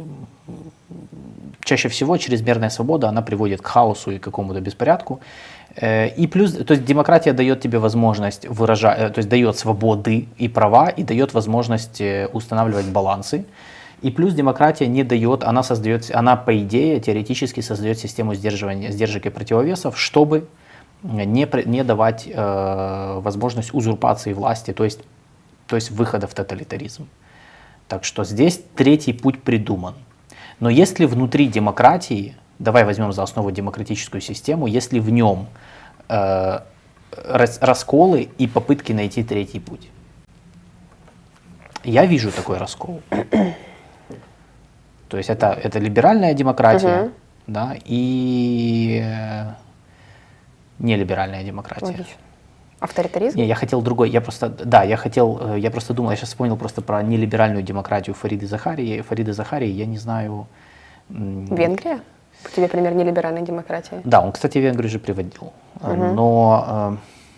чаще всего чрезмерная свобода, она приводит к хаосу и к какому-то беспорядку. И плюс, то есть демократия дает тебе возможность выражать, то есть дает свободы и права, и дает возможность устанавливать балансы. И плюс демократия не дает, она по идее теоретически создает систему сдержек и противовесов, чтобы не давать возможность узурпации власти, то есть выхода в тоталитаризм. Так что здесь третий путь придуман. Но если внутри демократии, давай возьмем за основу демократическую систему, если в нем расколы и попытки найти третий путь. Я вижу такой раскол. То есть это либеральная демократия, да, и нелиберальная демократия.
Логично. Авторитаризм?
Не, я хотел другой, я просто думал, я сейчас вспомнил просто про нелиберальную демократию Фариды Захарии. Фариды Захарии, я не знаю...
Венгрия? По тебе пример нелиберальной демократии?
Да, он, кстати, Венгрию же приводил. Но...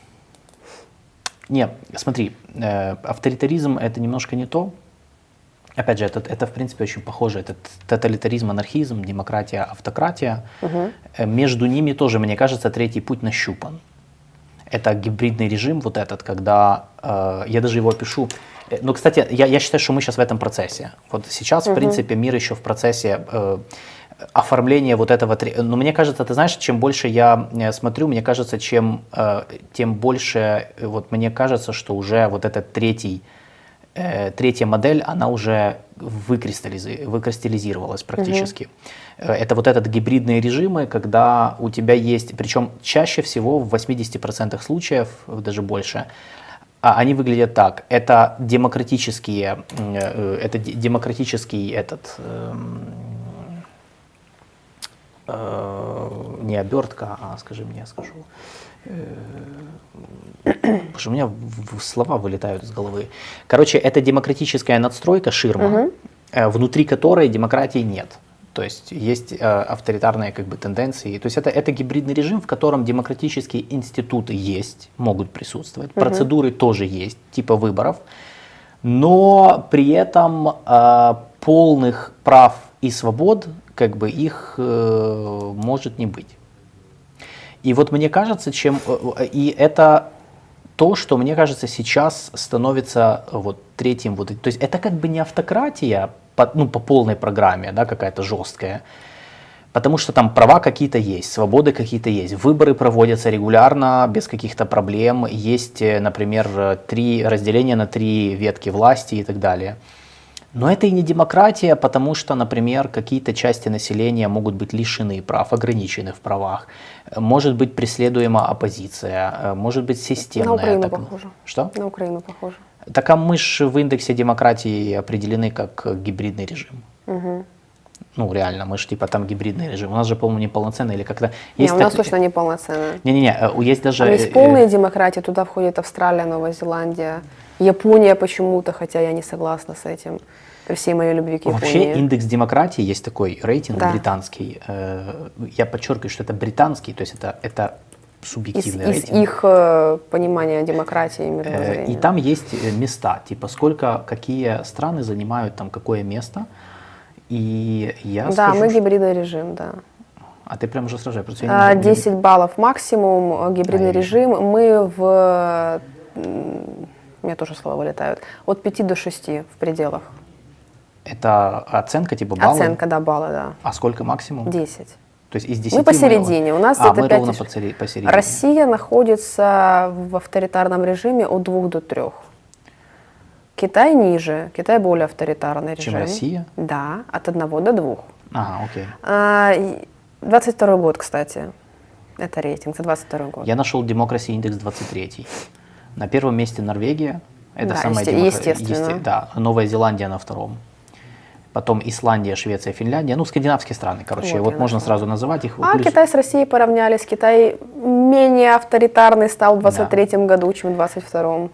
Не, смотри, авторитаризм это немножко не то. Опять же, это в принципе очень похоже. Это тоталитаризм, анархизм, демократия, автократия. Между ними тоже, мне кажется, третий путь нащупан. Это гибридный режим вот этот, когда, я даже его опишу. Ну, кстати, я считаю, что мы сейчас в этом процессе. Вот сейчас, в принципе, мир еще в процессе оформления вот этого. Но мне кажется, ты знаешь, чем больше я смотрю, мне кажется, тем больше, вот мне кажется, что уже вот этот третья модель, она уже выкристаллизировалась практически. Это вот этот гибридные режимы, когда у тебя есть, причем чаще всего в 80% случаев, даже больше, они выглядят так. Это демократический не обертка, а скажу. Потому что у меня слова вылетают из головы. Короче, это демократическая надстройка, ширма, внутри которой демократии нет. То есть есть авторитарные как бы тенденции. То есть это гибридный режим, в котором демократические институты есть, могут присутствовать, процедуры тоже есть, типа выборов, но при этом полных прав и свобод как бы их может не быть. И вот мне кажется, и это то, что, мне кажется, сейчас становится вот третьим. Вот, то есть это как бы не автократия по полной программе, да, какая-то жесткая, потому что там права какие-то есть, свободы какие-то есть, выборы проводятся регулярно, без каких-то проблем, есть, например, разделение на 3 ветки власти и так далее. Но это и не демократия, потому что, например, какие-то части населения могут быть лишены прав, ограничены в правах. Может быть преследуема оппозиция, может быть системная.
На Украину похоже.
Что?
На Украину похоже.
Так а мы же в индексе демократии определены как гибридный режим. Ну реально, мы же типа там гибридный режим. У нас же, по-моему, неполноценный или как-то...
Нет, у нас точно неполноценный.
Не-не-не, есть даже...
Там есть полные демократии, туда входит Австралия, Новая Зеландия, Япония почему-то, хотя я не согласна с этим. При всей моей любви к Японии.
Вообще индекс демократии, есть такой рейтинг британский. Я подчеркиваю, что это британский, то есть это субъективный рейтинг.
Из их понимания демократии и мировоззрения.
И там есть места, типа какие страны занимают там какое место. И я скажу,
мы гибридный режим, да.
А ты прям уже сражаешь.
10 баллов максимум, гибридный режим. Мы у меня тоже слова вылетают, от 5 до 6 в пределах.
Это оценка типа баллы?
Оценка, да, баллы, да.
А сколько максимум?
10.
То есть из 10
мы посередине. У нас
мы
где-то 5.
ровно посередине.
Россия находится в авторитарном режиме от 2 до 3. Китай ниже, Китай более авторитарный режим.
Чем Россия?
Да, от 1 до 2.
Ага, окей.
22 год, кстати, это рейтинг за 22 год.
Я нашел Democracy Index 23. На первом месте Норвегия. Это
Да,
самая
естественно.
Да, Новая Зеландия на втором. Потом Исландия, Швеция, Финляндия. Ну, скандинавские страны, короче. Вот можно сразу называть их.
А Китай с Россией поравнялись. Китай менее авторитарный стал в 23 году, чем в 22-м.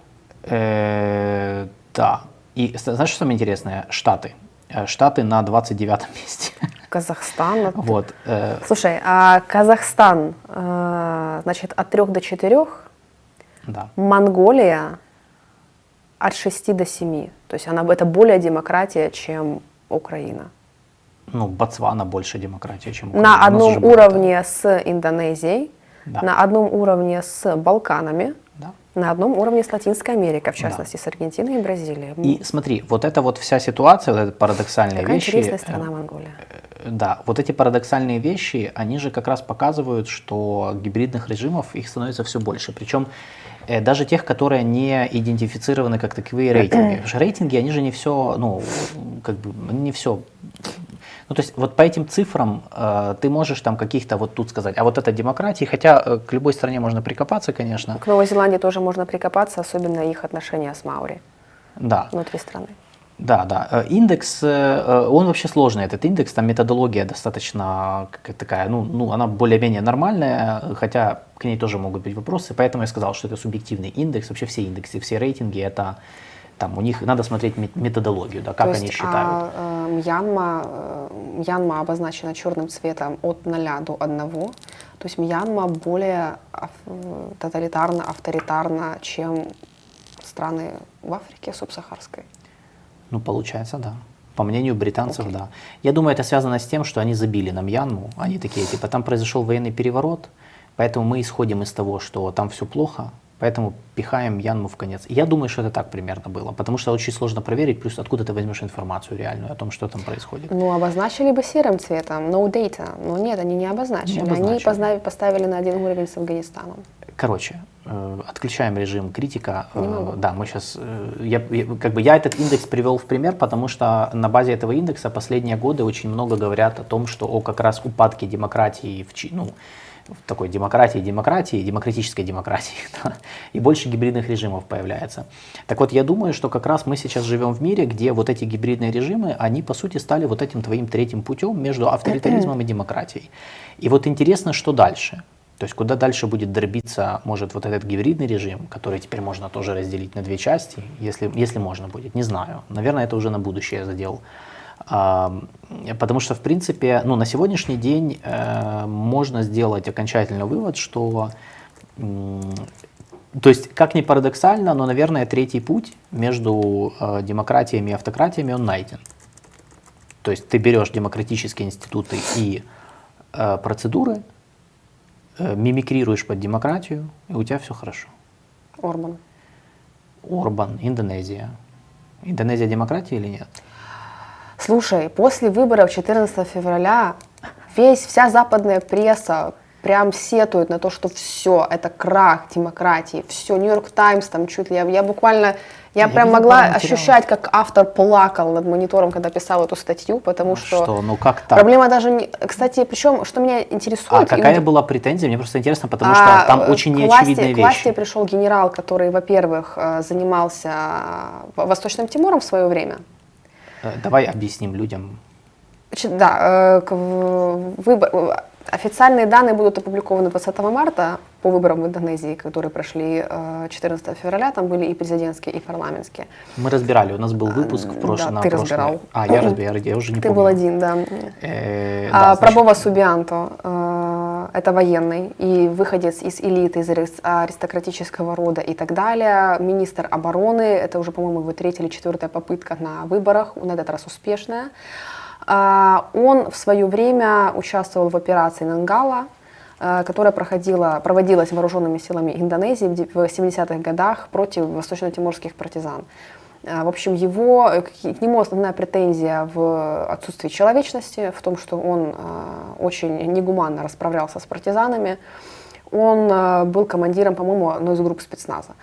Да. И знаешь, что самое интересное? Штаты. Штаты на 29 месте.
Казахстан.
Вот.
Слушай, а Казахстан, значит, от 3 до 4,
Да.
Монголия от 6 до 7. То есть это более демократия, чем Украина.
Ну, Ботсвана больше демократия, чем Украина.
На одном уровне с Индонезией,
Да.
на одном уровне с Балканами,
Да.
на одном уровне с Латинской Америкой, в частности, с Аргентиной и Бразилией.
И смотри, вот эта вот вся ситуация, вот эти парадоксальные
Какая
вещи.
интересная страна Монголия.
Да, вот эти парадоксальные вещи, они же как раз показывают, что гибридных режимов их становится все больше. Причем даже тех, которые не идентифицированы как таковые рейтинги. Потому что рейтинги, они же не все, ну, как бы, не все. Ну, то есть вот по этим цифрам ты можешь там каких-то вот тут сказать, а вот это демократия, хотя к любой стране можно прикопаться, конечно.
К Новой Зеландии тоже можно прикопаться, особенно их отношения с Маури
Да.
внутри страны.
Да, да. Индекс, он вообще сложный, этот индекс, там методология достаточно такая, ну, она более-менее нормальная, хотя к ней тоже могут быть вопросы, поэтому я сказал, что это субъективный индекс, вообще все индексы, все рейтинги, это там у них надо смотреть методологию, да, как
То
они
есть,
считают.
Мьянма обозначена черным цветом от 0 до 1, то есть Мьянма более тоталитарно, авторитарна, чем страны в Африке субсахарской.
Ну, получается, да. По мнению британцев, да. Я думаю, это связано с тем, что они забили на Мьянму. Они такие, типа, там произошел военный переворот, поэтому мы исходим из того, что там все плохо, поэтому пихаем Мьянму в конец. И я думаю, что это так примерно было, потому что очень сложно проверить, плюс откуда ты возьмешь информацию реальную о том, что там происходит.
Ну, обозначили бы серым цветом, no data, но нет, они не обозначили. Они поставили на один уровень с Афганистаном.
Короче, отключаем режим критика. Да, мы сейчас, я этот индекс привел в пример, потому что на базе этого индекса последние годы очень много говорят о том, что о как раз упадке демократии, в такой демократической демократии, да, и больше гибридных режимов появляется. Так вот, я думаю, что как раз мы сейчас живем в мире, где вот эти гибридные режимы, они по сути стали вот этим твоим третьим путем между авторитаризмом и демократией. И вот интересно, что дальше. То есть куда дальше будет дробиться, может, вот этот гибридный режим, который теперь можно тоже разделить на две части, если можно будет, не знаю. Наверное, это уже на будущее задел. Потому что, в принципе, ну, на сегодняшний день можно сделать окончательный вывод, что, то есть, как ни парадоксально, но, наверное, третий путь между демократиями и автократиями, он найден. То есть ты берешь демократические институты и процедуры, мимикрируешь под демократию, и у тебя все хорошо. Орбан, Индонезия. Индонезия демократия или нет?
Слушай, после выборов 14 февраля вся западная пресса прям сетует на то, что все, это крах демократии, все, Нью-Йорк Таймс там чуть ли, я прям могла ощущать, как автор плакал над монитором, когда писал эту статью, потому что
ну как так?
Проблема даже, кстати, причем, что меня интересует...
какая была претензия? Мне просто интересно, потому что там очень неочевидные вещи.
К власти пришел генерал, который, во-первых, занимался Восточным Тимором в свое время.
Давай объясним людям.
Да, официальные данные будут опубликованы 20 марта по выборам в Индонезии, которые прошли 14 февраля. Там были и президентские, и парламентские.
Мы разбирали, у нас был выпуск в прошлом.
Да, ты разбирал.
Я разбирал, я уже не помню.
Ты был один, да. Прабова Субианто, это военный и выходец из элиты, из аристократического рода и так далее. Министр обороны, это уже, по-моему, его 3-я или 4-я попытка на выборах, на этот раз успешная. Он в свое время участвовал в операции Нангала, которая проводилась вооруженными силами Индонезии в 70-х годах против восточно-тиморских партизан. В общем, к нему основная претензия в отсутствии человечности, в том, что он очень негуманно расправлялся с партизанами. Он был командиром, по-моему, одной из групп спецназа.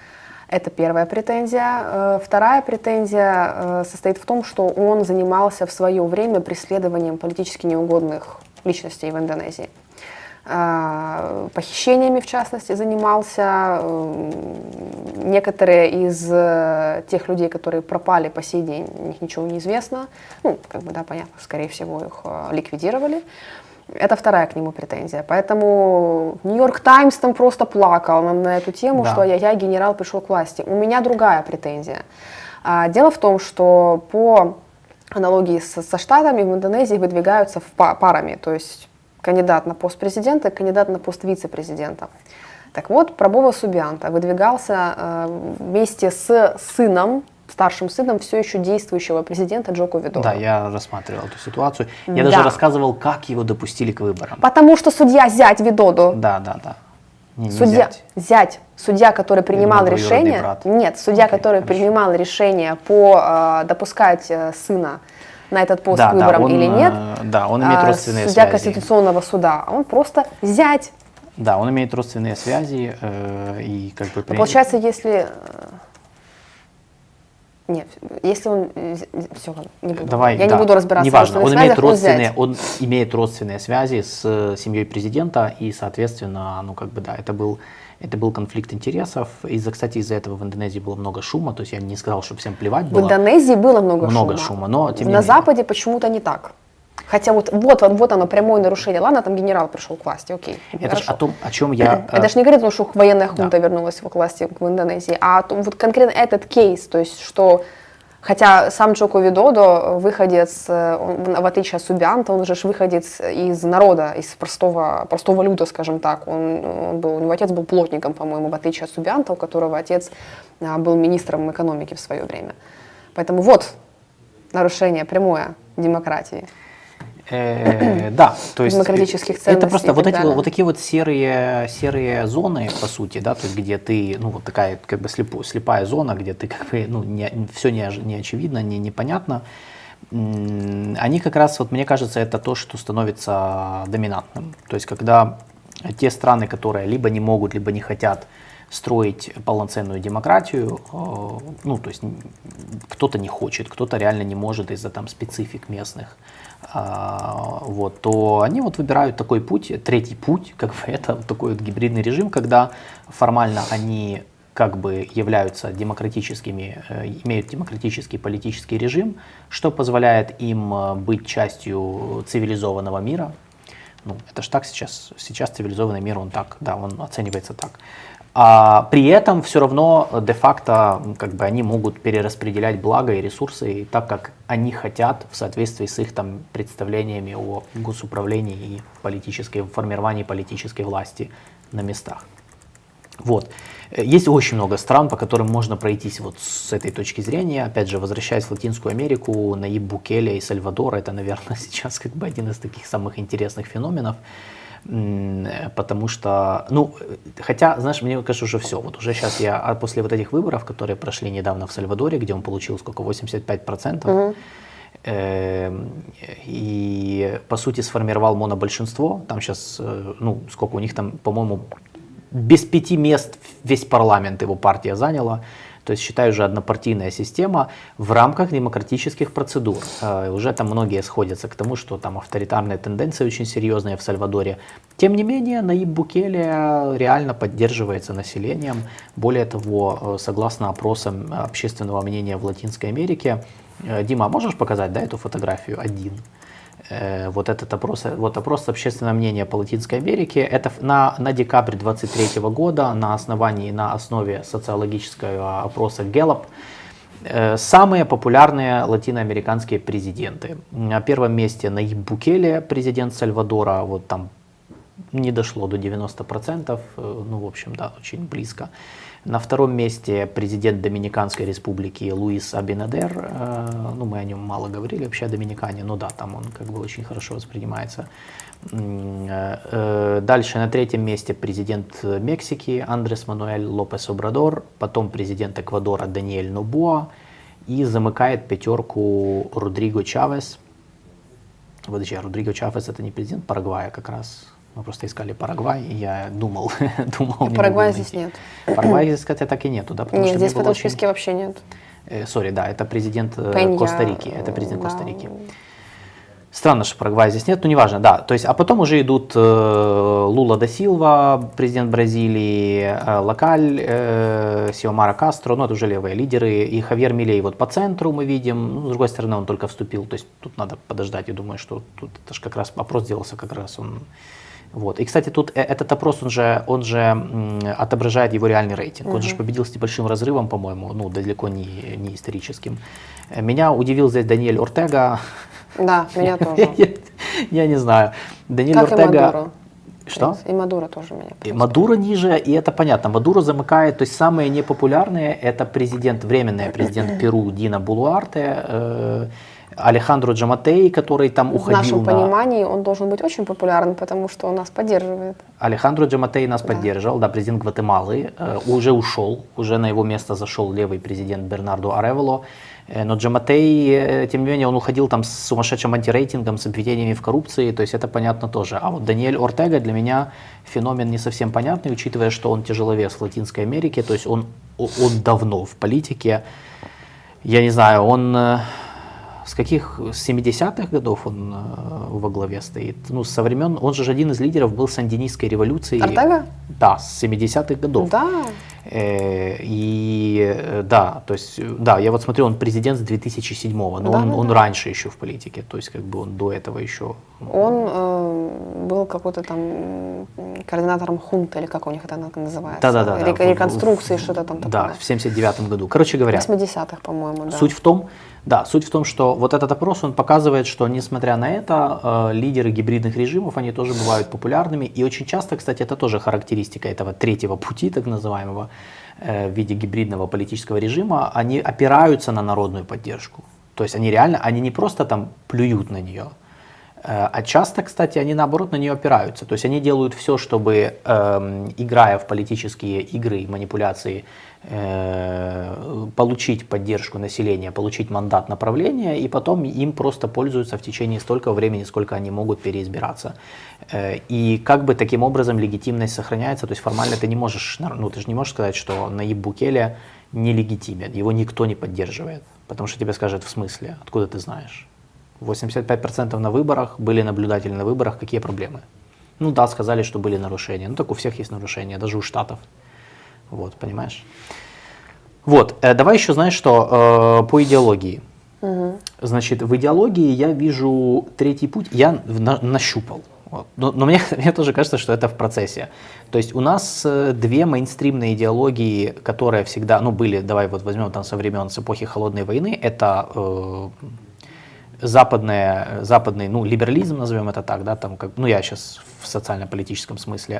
Это первая претензия. Вторая претензия состоит в том, что он занимался в свое время преследованием политически неугодных личностей в Индонезии. Похищениями, в частности, занимался. Некоторые из тех людей, которые пропали по сей день, о них ничего не известно. Ну, как бы, да, понятно, скорее всего, их ликвидировали. Это вторая к нему претензия. Поэтому Нью-Йорк Таймс там просто плакал на эту тему,
Да.
что ай-яй-яй, генерал пришел к власти. У меня другая претензия. Дело в том, что по аналогии со Штатами в Индонезии выдвигаются парами, то есть кандидат на пост президента и кандидат на пост вице-президента. Так вот, Прабово Субианто выдвигался вместе с сыном, старшим сыном все еще действующего президента Джоко Видодо.
Да, я рассматривал эту ситуацию. Я
Да.
даже рассказывал, как его допустили к выборам.
Потому что судья зять Видодо,
Да. Не
судья,
зять.
судья, который принимал
думал, двоюродный
решение,
брат.
нет, судья,
Окей,
который
хорошо.
принимал решение по допускать сына на этот пост
Да,
к выборам
он,
или нет,
да, он имеет родственные
судья
связи.
Конституционного суда, он просто зять.
Да, он имеет родственные связи и как бы...
Но получается, если... Нет, если он... Все, не буду.
Давай,
Я
да,
не буду разбираться
неважно.
в родственных связях,
Он имеет родственные связи с семьей президента, и, соответственно, ну как бы да, это был конфликт интересов. Кстати, из-за этого в Индонезии было много шума. То есть я не сказал, что всем плевать
В
было.
Индонезии было много
шума, но тем не
На
менее.
Западе почему-то не так. Хотя вот оно, прямое нарушение. Ладно, там генерал пришел к власти, окей.
Это же
хорошо.
о том, о чем я...
Это же не говорит о том, что военная хунта вернулась к власти в Индонезии, а вот конкретно этот кейс, то есть что... Хотя сам Джоко Видодо, выходец, он, в отличие от Субианто, он же выходец из народа, из простого люда, скажем так. У него отец был плотником, по-моему, в отличие от Субианто, у которого отец был министром экономики в свое время. Поэтому вот нарушение прямое демократии.
Да, то есть
Демократических
это
ценностей
просто
и так далее.
вот такие вот серые зоны, по сути, да, то есть где ты, ну вот такая как бы слепая зона, где ты как бы, ну, все не очевидно, непонятно. Они как раз, вот мне кажется, это то, что становится доминантным. То есть когда те страны, которые либо не могут, либо не хотят строить полноценную демократию, ну, то есть кто-то не хочет, кто-то реально не может из-за там специфик местных, вот, то они вот выбирают такой путь, третий путь, как бы это вот такой вот гибридный режим, когда формально они как бы являются демократическими, имеют демократический политический режим, что позволяет им быть частью цивилизованного мира. Ну, это ж так сейчас цивилизованный мир, он так, да, он оценивается так. А при этом все равно де-факто как бы они могут перераспределять благо и ресурсы так, как они хотят, в соответствии с их там представлениями о госуправлении и формировании политической власти на местах. Вот. Есть очень много стран, по которым можно пройтись вот с этой точки зрения. Опять же, возвращаясь в Латинскую Америку, Наиб Букеле и Сальвадор, это, наверное, сейчас как бы один из таких самых интересных феноменов. Потому что, ну, хотя, знаешь, мне кажется, уже все. Вот уже сейчас после вот этих выборов, которые прошли недавно в Сальвадоре, где он получил сколько, 85%, и, по сути, сформировал монобольшинство. Там сейчас, ну, сколько у них там, по-моему, без 5 мест весь парламент его партия заняла. То есть, считай, уже однопартийная система в рамках демократических процедур. Уже там многие сходятся к тому, что там авторитарные тенденции очень серьезные в Сальвадоре. Тем не менее, Наиб Букеле реально поддерживается населением. Более того, согласно опросам общественного мнения в Латинской Америке, Дима, можешь показать, да, эту фотографию один? Вот этот опрос общественного мнения по Латинской Америке, это на декабрь 2023 года на основе социологического опроса Gallup, самые популярные латиноамериканские президенты. На первом месте Наиб Букеле, президент Сальвадора, вот там не дошло до 90%, ну в общем, да, очень близко. На втором месте президент Доминиканской республики Луис Абинадер, ну мы о нем мало говорили вообще о Доминикане, но да, там он как бы очень хорошо воспринимается. Дальше на третьем месте президент Мексики Андрес Мануэль Лопес Обрадор, потом президент Эквадора Даниэль Нобуа и замыкает пятерку Родриго Чавес. Подожди, Родриго Чавес это не президент Парагвая как раз? Мы просто искали Парагвай, и я думал, не
Парагвая
могу
здесь
найти.
нет.
Парагвай, кстати, так и нету, да? Потому
Нет,
что
здесь
мне
в
было
этом
очень...
списке вообще нет.
Сори, да, это президент
Пенья,
Коста-Рики. Это президент
да.
Коста-Рики. Странно, что Парагвая здесь нет, но неважно, да. То есть, а потом уже идут Лула да Силва, президент Бразилии, Локаль, Сиомара Кастро, ну это уже левые лидеры, и Хавьер Милей вот по центру мы видим, ну, с другой стороны он только вступил, то есть тут надо подождать, я думаю, что тут это же как раз опрос делался, как раз он... Вот. И, кстати, тут этот опрос, он же отображает его реальный рейтинг. Он же победил с небольшим разрывом, по-моему, ну, далеко не историческим. Меня удивил здесь Даниэль Ортега.
Да, меня тоже.
Я не знаю. Даниэль
Как
Ортега...
и Мадуро.
Что?
И Мадуро тоже меня.
И Мадуро ниже, и это понятно. Мадуро замыкает, то есть самые непопулярные, это временный президент Перу Дина Болуарте, Алехандро Джаматей, который там уходил.
В нашем понимании он должен быть очень популярен, потому что он нас поддерживает.
Алехандро Джаматей нас поддерживал, да, президент Гватемалы, уже ушел, уже на его место зашел левый президент Бернардо Аревело. Но Джаматей, тем не менее, он уходил там с сумасшедшим антирейтингом, с обвинениями в коррупции, то есть это понятно тоже. А вот Даниэль Ортега для меня феномен не совсем понятный, учитывая, что он тяжеловес в Латинской Америке, то есть он давно в политике. Я не знаю, он... С 70-х годов он во главе стоит? Ну, со времен, он же один из лидеров был сандинистской революции.
Ортега?
Да, с 70-х годов.
Да.
Да, то есть, да, я вот смотрю, он президент с 2007-го, но
Да,
он раньше еще в политике, то есть как бы он до этого еще...
Он был какой-то там координатором хунты, или как у них это называется?
Да.
Реконструкции, что-то там такое.
Да, в 79-м году. Короче говоря,
в 80-х, по-моему, да.
Суть в том, что вот этот опрос, он показывает, что несмотря на это, лидеры гибридных режимов, они тоже бывают популярными. И очень часто, кстати, это тоже характеристика этого третьего пути, так называемого, в виде гибридного политического режима, они опираются на народную поддержку. То есть они реально, они не просто там плюют на нее, а часто, кстати, они наоборот на нее опираются. То есть они делают все, чтобы, играя в политические игры и манипуляции, получить поддержку населения, получить мандат направления, и потом им просто пользуются в течение столько времени, сколько они могут переизбираться. И как бы таким образом легитимность сохраняется, то есть формально ты не можешь, ну ты же не можешь сказать, что Наиб Букеле нелегитимен, его никто не поддерживает, потому что тебе скажут в смысле, откуда ты знаешь. 85% на выборах, были наблюдатели на выборах, какие проблемы? Ну да, сказали, что были нарушения, ну так у всех есть нарушения, даже у штатов. Вот, понимаешь? Вот, давай еще, знаешь что, по идеологии. Значит, в идеологии я вижу третий путь, я нащупал. Вот. Но мне тоже кажется, что это в процессе. То есть у нас две мейнстримные идеологии, которые всегда, ну, были, давай вот возьмем там со времен, с эпохи Холодной войны, это западный, ну, либерализм, назовем это так, да, там, как, ну, я сейчас в социально-политическом смысле,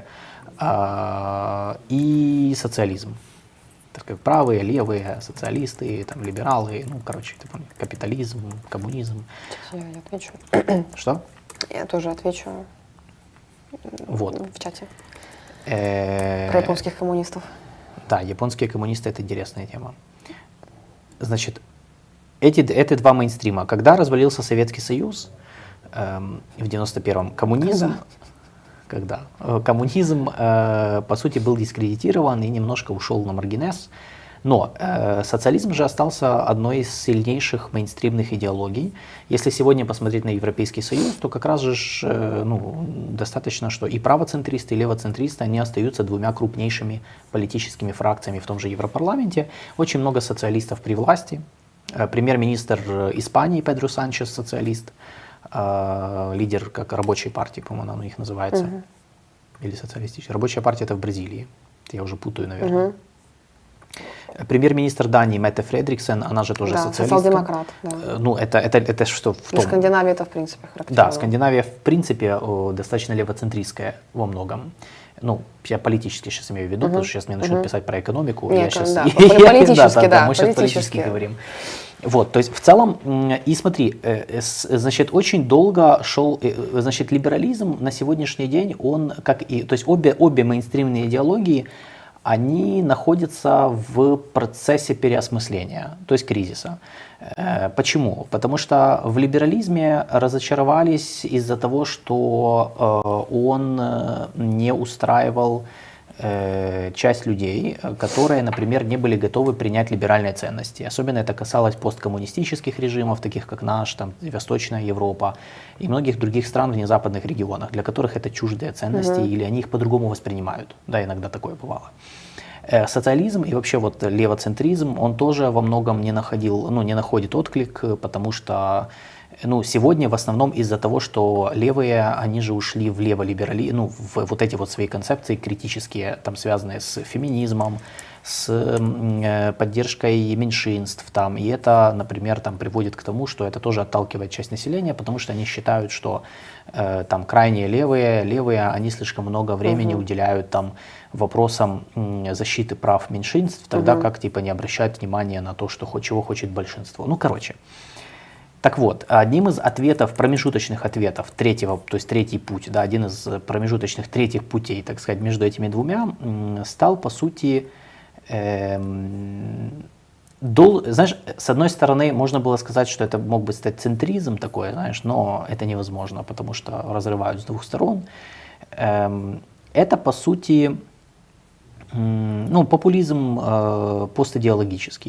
и социализм. Так как правые, левые, социалисты, там, либералы, ну, короче, типа, капитализм, коммунизм.
Сейчас я отвечу.
Что?
Я тоже отвечу
вот.
В чате. Про японских коммунистов.
Да, японские коммунисты — это интересная тема. Значит, это два мейнстрима. Когда развалился Советский Союз в 91-м, коммунизм, по сути, был дискредитирован и немножко ушел на маргинес. Но социализм же остался одной из сильнейших мейнстримных идеологий. Если сегодня посмотреть на Европейский Союз, то как раз же достаточно, что и правоцентристы, и левоцентристы, они остаются двумя крупнейшими политическими фракциями в том же Европарламенте. Очень много социалистов при власти. Премьер-министр Испании Педро Санчес социалист, лидер как рабочей партии, по-моему, она у них называется, или социалистическая. Рабочая партия — это в Бразилии, я уже путаю, наверное. Премьер-министр Дании Метте Фредриксен, она же тоже социалистка.
Социал-демократ. Да.
Ну, это что в том?
Скандинавия это в принципе характерно.
Да, Скандинавия в принципе достаточно левоцентристская во многом. Ну, я политически сейчас имею в виду, потому что сейчас мне начнут писать про экономику.
Нет,
я сейчас,
да, политически, да.
Мы сейчас политически говорим. Вот, то есть в целом, и смотри, значит, очень долго шел, значит, либерализм на сегодняшний день, он как и, то есть обе мейнстримные идеологии, они находятся в процессе переосмысления, то есть кризиса. Почему? Потому что в либерализме разочаровались из-за того, что он не устраивал часть людей, которые, например, не были готовы принять либеральные ценности. Особенно это касалось посткоммунистических режимов, таких как наш, там, Восточная Европа и многих других стран в незападных регионах, для которых это чуждые ценности или они их по-другому воспринимают. Да, иногда такое бывало. Социализм и вообще вот левоцентризм, он тоже во многом не находит отклик, потому что сегодня в основном из-за того, что левые, они же ушли в леволиберализм, в вот эти вот свои концепции критические, там связанные с феминизмом, с поддержкой меньшинств, там, и это, например, там приводит к тому, что это тоже отталкивает часть населения, потому что они считают, что там крайние левые, они слишком много времени уделяют там вопросам защиты прав меньшинств, тогда как типа не обращают внимания на то, чего хочет большинство. Так вот, одним из ответов, промежуточных ответов третьего, то есть третий путь, да, один из промежуточных третьих путей, так сказать, между этими двумя, стал, по сути, знаешь, с одной стороны, можно было сказать, что это мог бы стать центризм такой, знаешь, но это невозможно, потому что разрывают с двух сторон. Это, по сути, популизм постидеологический.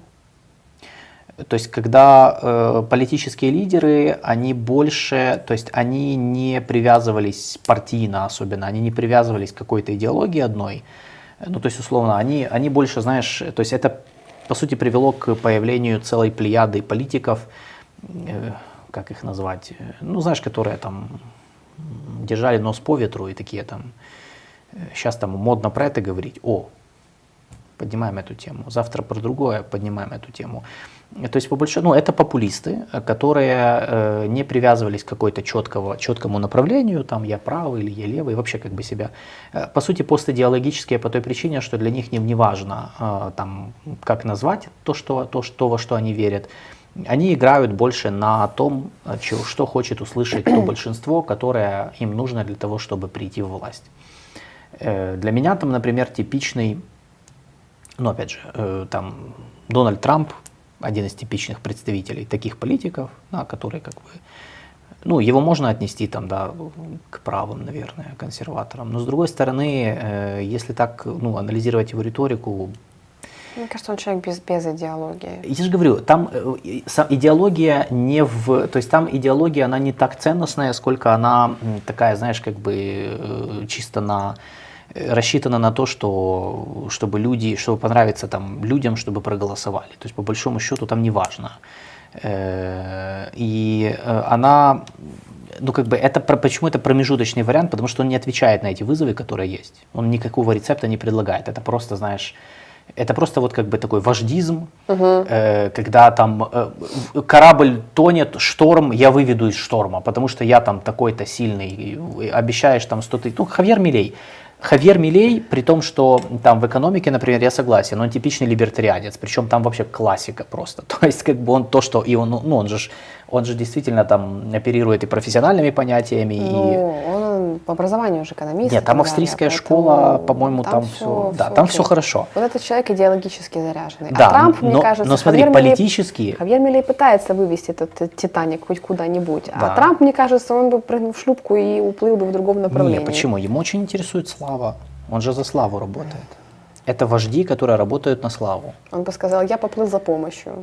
То есть, когда политические лидеры, они больше, то есть они не привязывались партийно особенно, они не привязывались к какой-то идеологии одной, то есть, условно, они больше, знаешь, то есть это, по сути, привело к появлению целой плеяды политиков, как их назвать, знаешь, которые там держали нос по ветру и такие там, сейчас там модно про это говорить, поднимаем эту тему, завтра про другое, поднимаем эту тему. То есть, по большому, это популисты, которые не привязывались к какой-то четкому направлению, там, я правый или я левый, вообще как бы себя, по сути, постидеологические по той причине, что для них не важно, там, как назвать во что они верят. Они играют больше на том, что хочет услышать то большинство, которое им нужно для того, чтобы прийти в власть. Для меня там, например, типичный, опять же, там, Дональд Трамп, один из типичных представителей таких политиков, которые как бы, его можно отнести там, да, к правым, наверное, консерваторам. Но с другой стороны, если так, анализировать его риторику.
Мне кажется, он человек без идеологии.
Я же говорю, там идеология то есть там идеология, она не так ценностная, сколько она такая, знаешь, как бы чисто рассчитана на то, чтобы понравиться там людям, чтобы проголосовали. То есть по большому счету там не важно. И она, почему это промежуточный вариант? Потому что он не отвечает на эти вызовы, которые есть. Он никакого рецепта не предлагает. Это просто, знаешь, это просто вот как бы такой вождизм, когда там корабль тонет, шторм, я выведу из шторма, потому что я там такой-то сильный, обещаешь там 100 тысяч. Хавьер Милей, при том, что там в экономике, например, я согласен, он типичный либертарианец, причем там вообще классика просто. То есть как бы он то, что и он же действительно там оперирует и профессиональными понятиями.
Он по образованию уже экономист.
Нет, там австрийская школа, по-моему, там все, да, там все хорошо.
Вот этот человек идеологически заряженный.
Да,
а Трамп, мне кажется,
но смотри, политически...
Хавьер Милей пытается вывести этот Титаник хоть куда-нибудь,
да.
А Трамп, мне кажется, он бы прыгнул в шлюпку и уплыл бы в другом направлении.
Нет, почему? Ему очень интересует слава. Он же за славу работает. Это вожди, которые работают на славу.
Он бы сказал, я поплыл за помощью.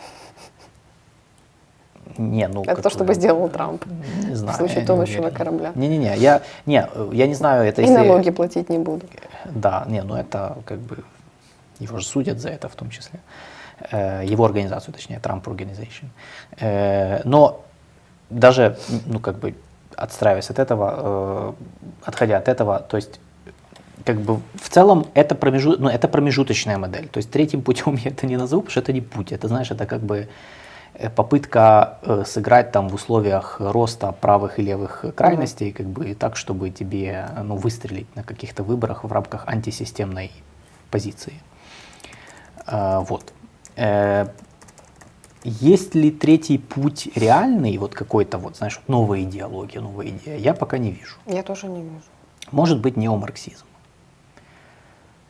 Это то, что бы сделал Трамп.
Не знаю.
В случае тонущего корабля.
Не-не-не, я не знаю, это
и налоги платить не буду.
Да, это как бы, его же судят за это в том числе. Его организацию, точнее, Trump Organization. Но даже, как бы, отстраиваясь от этого, отходя от этого, то есть, как бы, в целом, это промежуточная модель. То есть, третьим путем я это не назову, потому что это не путь. Это, знаешь, это как бы попытка сыграть там в условиях роста правых и левых крайностей, как бы так, чтобы тебе выстрелить на каких-то выборах в рамках антисистемной позиции. Вот. Есть ли третий путь реальный, вот какой-то, вот, знаешь, новая идеология, новая идея? Я пока не вижу.
Я тоже не вижу.
Может быть, неомарксизм.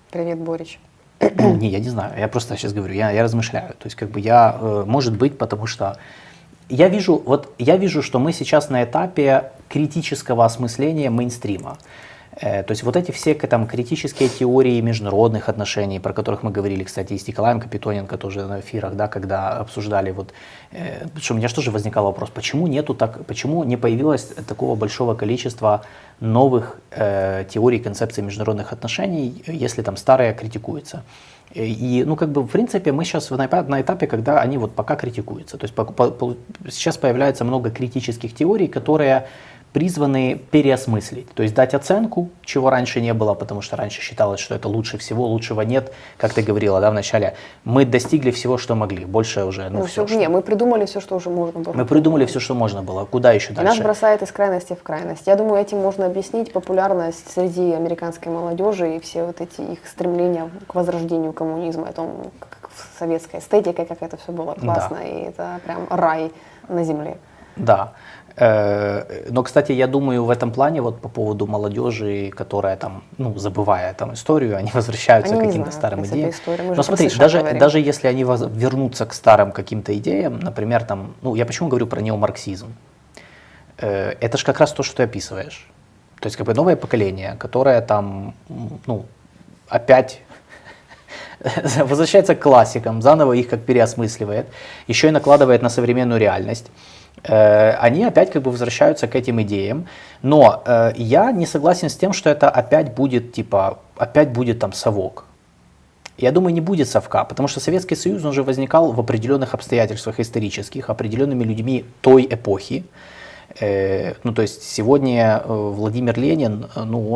Привет, Борич.
Не, я не знаю, я просто сейчас говорю, я размышляю. То есть, как бы я, может быть, потому что я вижу, что мы сейчас на этапе критического осмысления мейнстрима. То есть вот эти все там критические теории международных отношений, про которых мы говорили, кстати, и с Николаем Капитоненко тоже на эфирах, да, когда обсуждали, вот, что у меня же тоже возникал вопрос, почему не появилось такого большого количества новых теорий, концепций международных отношений, если там старые критикуются. И, ну, как бы, в принципе, мы сейчас на этапе, когда они вот пока критикуются. То есть сейчас появляется много критических теорий, которые призваны переосмыслить, то есть дать оценку, чего раньше не было, потому что раньше считалось, что это лучше всего, лучшего нет, как ты говорила, да, в начале. Мы достигли всего, что могли, больше уже, все.
Не, мы придумали все, что уже можно было.
Мы придумали все, что можно было, куда еще дальше?
Нас бросает из крайности в крайность. Я думаю, этим можно объяснить популярность среди американской молодежи и все вот эти их стремления к возрождению коммунизма, о том, как советская эстетика, как это все было классно, да. И это прям рай на земле.
Да. Но, кстати, я думаю, в этом плане, вот по поводу молодежи, которая там, ну, забывая там историю, они возвращаются к каким-то старым идеям. Но смотри, даже если они вернутся к старым каким-то идеям, например, там, ну, я почему говорю про неомарксизм? Это же как раз то, что ты описываешь. То есть, как бы новое поколение, которое там, ну, опять возвращается к классикам, заново их как переосмысливает, еще и накладывает на современную реальность. Они опять как бы возвращаются к этим идеям, но я не согласен с тем, что это опять будет там совок. Я думаю, не будет совка, потому что Советский Союз, он же возникал в определенных обстоятельствах исторических, определенными людьми той эпохи. Ну, то есть сегодня Владимир Ленин, ну,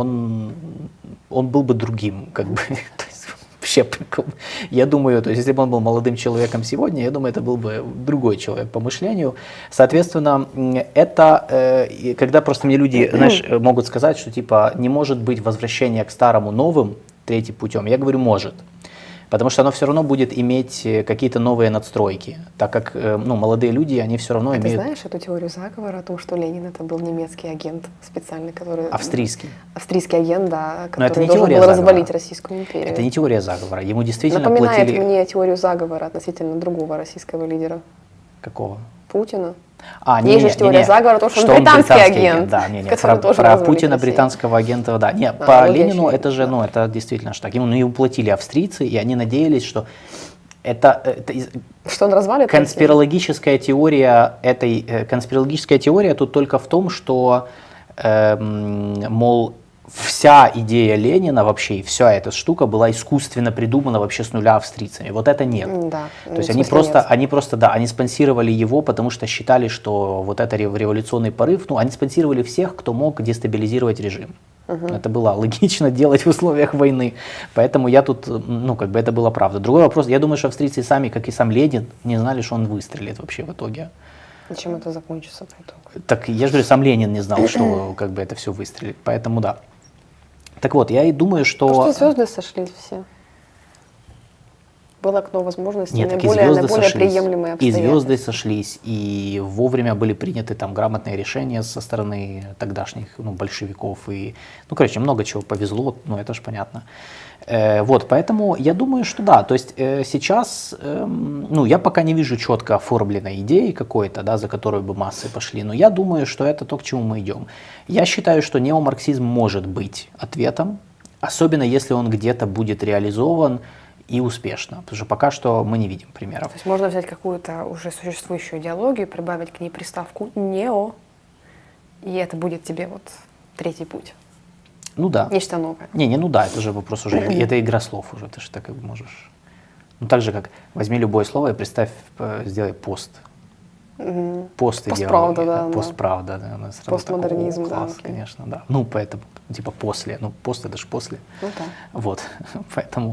он был бы другим, как бы. Вообще, я думаю, то есть, если бы он был молодым человеком сегодня, я думаю, это был бы другой человек по мышлению. Соответственно, это, когда просто мне люди, знаешь, могут сказать, что типа не может быть возвращение к старому новым третьим путем, я говорю, может. Потому что оно все равно будет иметь какие-то новые надстройки, так как, ну, молодые люди, они все равно имеют...
Ты знаешь эту теорию заговора о том, что Ленин это был немецкий агент специальный, который...
Австрийский.
Австрийский агент, да, который должен был развалить Российскую империю.
Это не теория заговора, ему действительно
напоминает
платили...
мне теорию заговора относительно другого российского лидера.
Какого?
Путина.
Есть
же теория заговора, то, что он британский агент.
Да, про Путина, британского агента, да. Нет, по Ленину это же, ну, это действительно ж так. Ему уплатили австрийцы, и они надеялись, что
что он развалит?
Конспирологическая теория тут только в том, что, мол, вся идея Ленина вообще, и вся эта штука была искусственно придумана вообще с нуля австрийцами. Вот это нет.
Да,
то есть они спонсировали его, потому что считали, что вот это революционный порыв, ну, они спонсировали всех, кто мог дестабилизировать режим. Это было логично делать в условиях войны. Поэтому я тут, ну, как бы это была правда. Другой вопрос, я думаю, что австрийцы сами, как и сам Ленин, не знали, что он выстрелит вообще в итоге.
И чем это закончится по итогу?
Так я же говорю, сам Ленин не знал, что как бы это все выстрелит. Поэтому да. Так вот, я и думаю, что...
Потому что звезды сошлись все. Было окно возможностей,
Нет,
наиболее приемлемые обстоятельства.
И звезды сошлись, и вовремя были приняты там грамотные решения со стороны тогдашних, ну, большевиков. И, ну, короче, много чего повезло, ну, это же понятно. Вот, поэтому я думаю, что да, то есть сейчас, ну, я пока не вижу четко оформленной идеи какой-то, да, за которой бы массы пошли, но я думаю, что это то, к чему мы идем. Я считаю, что неомарксизм может быть ответом, особенно если он где-то будет реализован и успешно, потому что пока что мы не видим примеров.
То есть можно взять какую-то уже существующую идеологию, прибавить к ней приставку «нео», и это будет тебе вот третий путь.
Ну да.
Нечто новое.
Ну да, это же вопрос уже, это игра слов уже, ты же так как бы можешь. Ну так же, как возьми любое слово и представь, сделай пост. Пост
Постправда, да.
Постправда, да.
Постмодернизм, да.
Класс, конечно, да. Ну поэтому, типа после, ну пост это же после.
Ну да.
Вот, поэтому,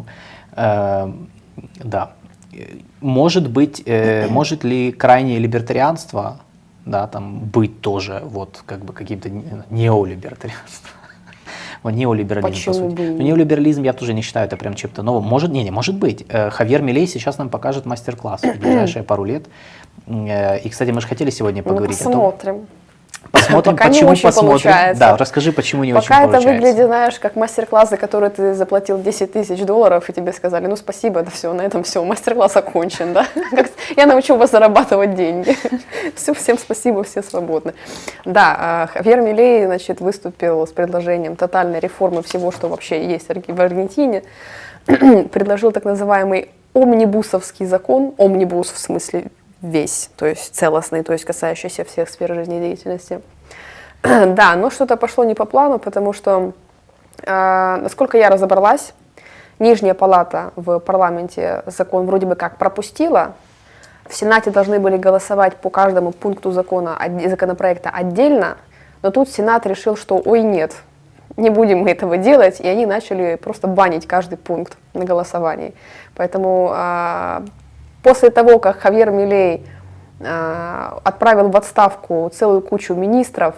да. Может быть, может ли крайнее либертарианство, да, там быть тоже вот как бы каким-то неолибертарианством? Неолиберализм,
почему
по сути.
бы?
Но неолиберализм я тоже не считаю это прям чем-то новым. Может быть. Хавьер Милей сейчас нам покажет мастер-класс в ближайшие пару лет. И, кстати, мы же хотели сегодня поговорить
посмотрим.
о том... посмотрим,
Пока не
почему
очень
посмотрим.
получается.
Да, расскажи, почему не очень
Пока это
получается.
выглядит, знаешь, как мастер-класс, за который ты заплатил $10 000, и тебе сказали, ну спасибо, да все, на этом все, мастер-класс окончен, да? Я научу вас зарабатывать деньги. Все, всем спасибо, все свободны. Да, Хавьер Милей, значит, выступил с предложением тотальной реформы всего, что вообще есть в Аргентине. Предложил так называемый омнибусовский закон, омнибус в смысле весь, то есть целостный, то есть касающийся всех сфер жизнедеятельности. Да, но что-то пошло не по плану, потому что, насколько я разобралась, Нижняя палата в парламенте закон вроде бы как пропустила, в Сенате должны были голосовать по каждому пункту законопроекта отдельно, но тут Сенат решил, что ой, нет, не будем мы этого делать, и они начали просто банить каждый пункт на голосовании. Поэтому после того, как Хавьер Милей отправил в отставку целую кучу министров,